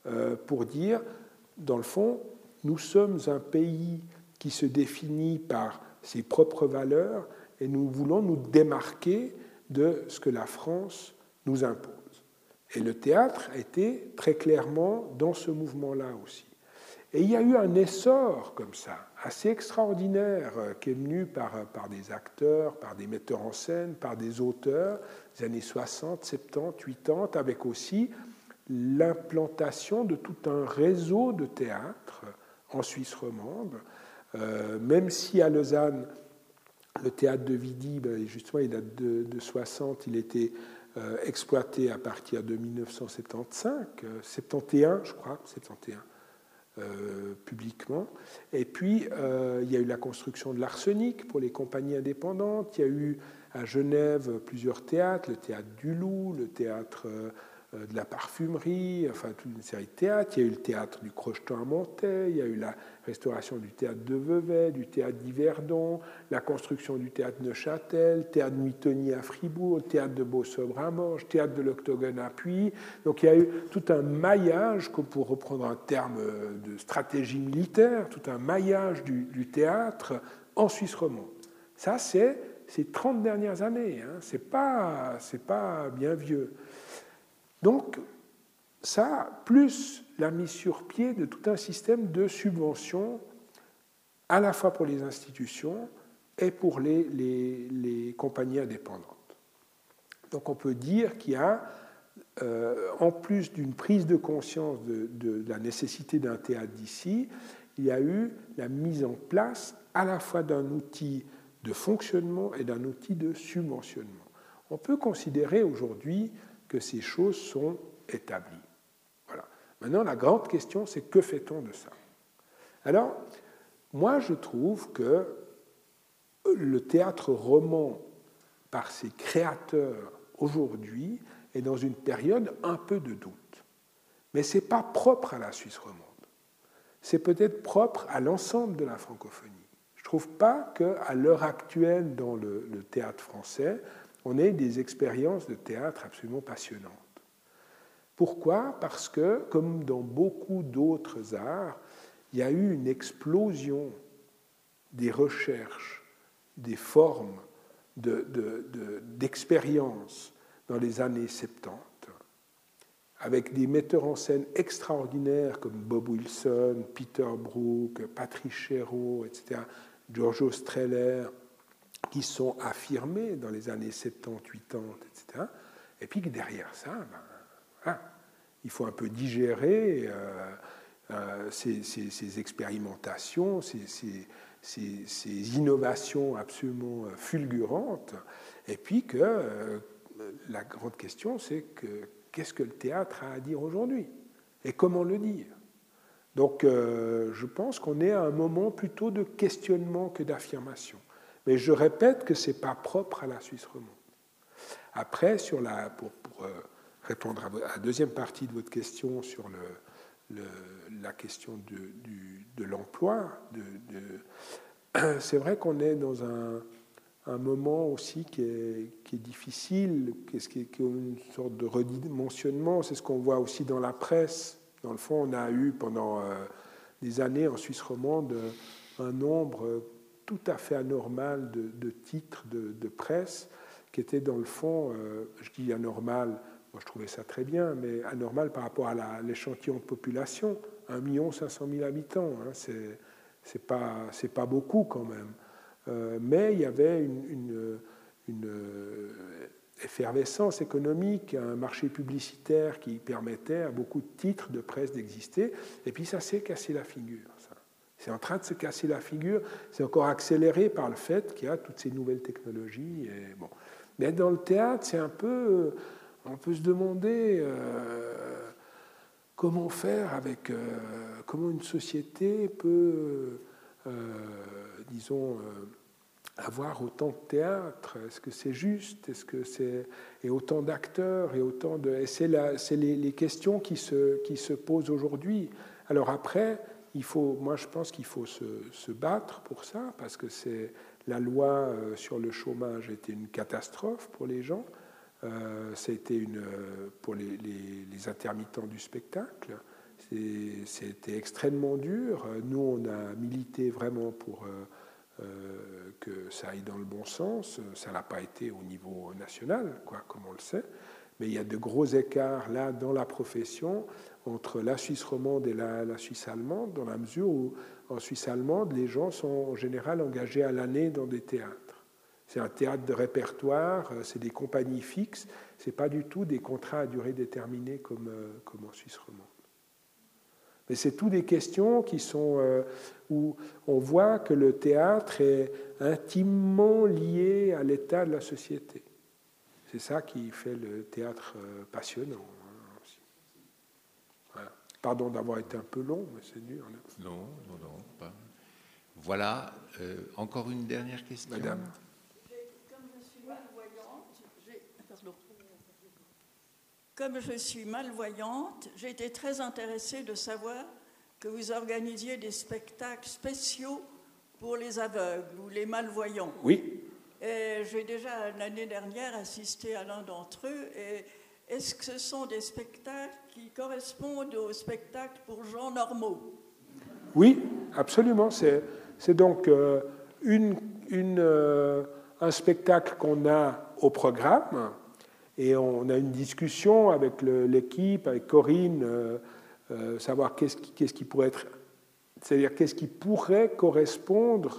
pour dire, dans le fond, nous sommes un pays qui se définit par ses propres valeurs et nous voulons nous démarquer de ce que la France nous impose. Et le théâtre a été très clairement dans ce mouvement-là aussi. Et il y a eu un essor comme ça, assez extraordinaire, qui est venu par des acteurs, par des metteurs en scène, par des auteurs, des années 60, 70, 80, avec aussi l'implantation de tout un réseau de théâtre en Suisse romande, même si à Lausanne, le théâtre de Vidi, justement, il date de 60, il était exploité à partir de 1975, 71, je crois, 71. Publiquement. Et puis, il y a eu la construction de l'Arsenic pour les compagnies indépendantes. Il y a eu à Genève plusieurs théâtres, le théâtre du Loup, le théâtre de la Parfumerie, enfin toute une série de théâtres. Il y a eu le théâtre du Crocheton à Montaix, il y a eu la restauration du théâtre de Vevey, du théâtre d'Yverdon, la construction du théâtre de Neuchâtel, le théâtre de Muitoni à Fribourg, le théâtre de Beausobre à Morges, le théâtre de l'Octogone à Puy. Donc il y a eu tout un maillage, comme pour reprendre un terme de stratégie militaire, tout un maillage du théâtre en Suisse romande. Ça, c'est ces 30 dernières années, hein. C'est pas bien vieux. Donc, ça, plus la mise sur pied de tout un système de subventions, à la fois pour les institutions et pour les compagnies indépendantes. Donc, on peut dire qu'il y a, en plus d'une prise de conscience de la nécessité d'un théâtre d'ici, il y a eu la mise en place à la fois d'un outil de fonctionnement et d'un outil de subventionnement. On peut considérer aujourd'hui que ces choses sont établies. Voilà. Maintenant, la grande question, c'est que fait-on de ça? Alors, moi, je trouve que le théâtre roman, par ses créateurs aujourd'hui, est dans une période un peu de doute. Mais ce n'est pas propre à la Suisse romande. C'est peut-être propre à l'ensemble de la francophonie. Je ne trouve pas qu'à l'heure actuelle, dans le théâtre français, on ait des expériences de théâtre absolument passionnantes. Pourquoi? Parce que, comme dans beaucoup d'autres arts, il y a eu une explosion des recherches, des formes d'expériences dans les années 70, avec des metteurs en scène extraordinaires comme Bob Wilson, Peter Brook, Patrice Chéreau, etc., Giorgio Strehler, qui sont affirmés dans les années 70, 80, etc. Et puis que derrière ça, il faut un peu digérer ces expérimentations, ces innovations absolument fulgurantes. Et puis que la grande question, c'est qu'est-ce que le théâtre a à dire aujourd'hui? Et comment le dire? Donc je pense qu'on est à un moment plutôt de questionnement que d'affirmation. Mais je répète que ce n'est pas propre à la Suisse romande. Après, pour répondre à la deuxième partie de votre question sur la question de l'emploi, c'est vrai qu'on est dans un moment aussi qui est difficile, qui est une sorte de redimensionnement. C'est ce qu'on voit aussi dans la presse. Dans le fond, on a eu pendant des années en Suisse romande un nombre tout à fait anormal de titres de presse qui étaient dans le fond, je dis anormal, moi je trouvais ça très bien, mais anormal par rapport à l'échantillon de population, 1 500 000 habitants, hein, c'est pas beaucoup quand même. Mais il y avait une effervescence économique, un marché publicitaire qui permettait à beaucoup de titres de presse d'exister, et puis ça s'est cassé la figure. C'est en train de se casser la figure, c'est encore accéléré par le fait qu'il y a toutes ces nouvelles technologies. Et bon. Mais dans le théâtre, c'est un peu... On peut se demander comment faire avec... comment une société peut, disons, avoir autant de théâtre. Est-ce que c'est juste? Est-ce que c'est... Et autant d'acteurs et autant de... Et c'est les questions qui se posent aujourd'hui. Alors après... moi, je pense qu'il faut se battre pour ça, parce que la loi sur le chômage a été une catastrophe pour les gens. Ça a été pour les intermittents du spectacle. C'était extrêmement dur. Nous, on a milité vraiment pour que ça aille dans le bon sens. Ça n'a pas été au niveau national, comme on le sait. Mais il y a de gros écarts là dans la profession entre la Suisse romande et la Suisse allemande, dans la mesure où en Suisse allemande, les gens sont en général engagés à l'année dans des théâtres. C'est un théâtre de répertoire, c'est des compagnies fixes, ce n'est pas du tout des contrats à durée déterminée comme en Suisse romande. Mais c'est toutes des questions qui sont où on voit que le théâtre est intimement lié à l'état de la société. C'est ça qui fait le théâtre passionnant. Aussi. Voilà. Pardon d'avoir été un peu long, mais c'est dur. Non, pas. Voilà, encore une dernière question. Madame. Comme je suis malvoyante, j'ai été très intéressée de savoir que vous organisiez des spectacles spéciaux pour les aveugles ou les malvoyants. Oui. Et j'ai déjà, l'année dernière, assisté à l'un d'entre eux. Et est-ce que ce sont des spectacles qui correspondent aux spectacles pour gens normaux? Oui, absolument. C'est donc un spectacle qu'on a au programme. Et on a une discussion avec l'équipe, avec Corinne, savoir qu'est-ce qui pourrait être, c'est-à-dire qu'est-ce qui pourrait correspondre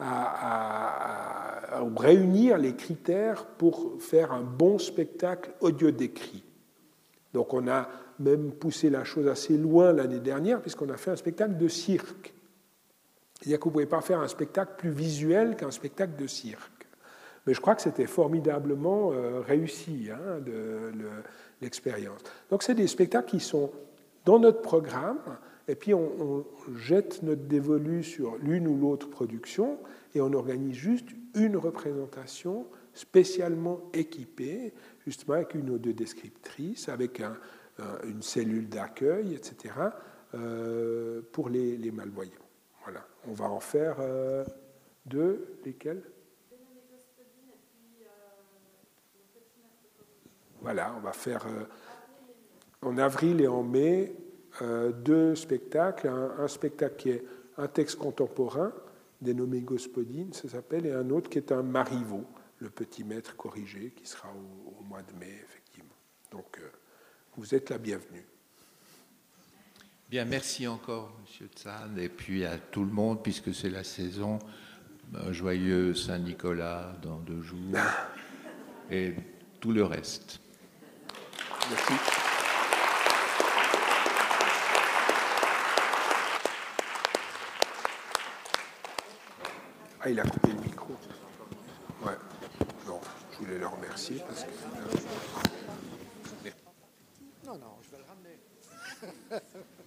à réunir les critères pour faire un bon spectacle audio décrit. Donc on a même poussé la chose assez loin l'année dernière, puisqu'on a fait un spectacle de cirque. C'est-à-dire que vous ne pouvez pas faire un spectacle plus visuel qu'un spectacle de cirque. Mais je crois que c'était formidablement réussi, l'expérience. Donc c'est des spectacles qui sont dans notre programme, et puis on jette notre dévolu sur l'une ou l'autre production, et on organise juste une représentation spécialement équipée, justement avec une ou deux descriptrices, avec une cellule d'accueil, etc., pour les malvoyants. Voilà. On va en faire deux, lesquels ? Voilà, on va faire en avril et en mai deux spectacles. Un spectacle qui est un texte contemporain, dénommé Gospodine, ça s'appelle, et un autre qui est un Marivaux, le petit maître corrigé, qui sera au mois de mai, effectivement. Donc, vous êtes la bienvenue. Bien, merci encore, M. Tsan, et puis à tout le monde, puisque c'est la saison. Un joyeux Saint-Nicolas dans 2 jours, et tout le reste. Merci. Ah, il a coupé le micro. Ouais. Non, je voulais le remercier parce que... Non, je vais le ramener.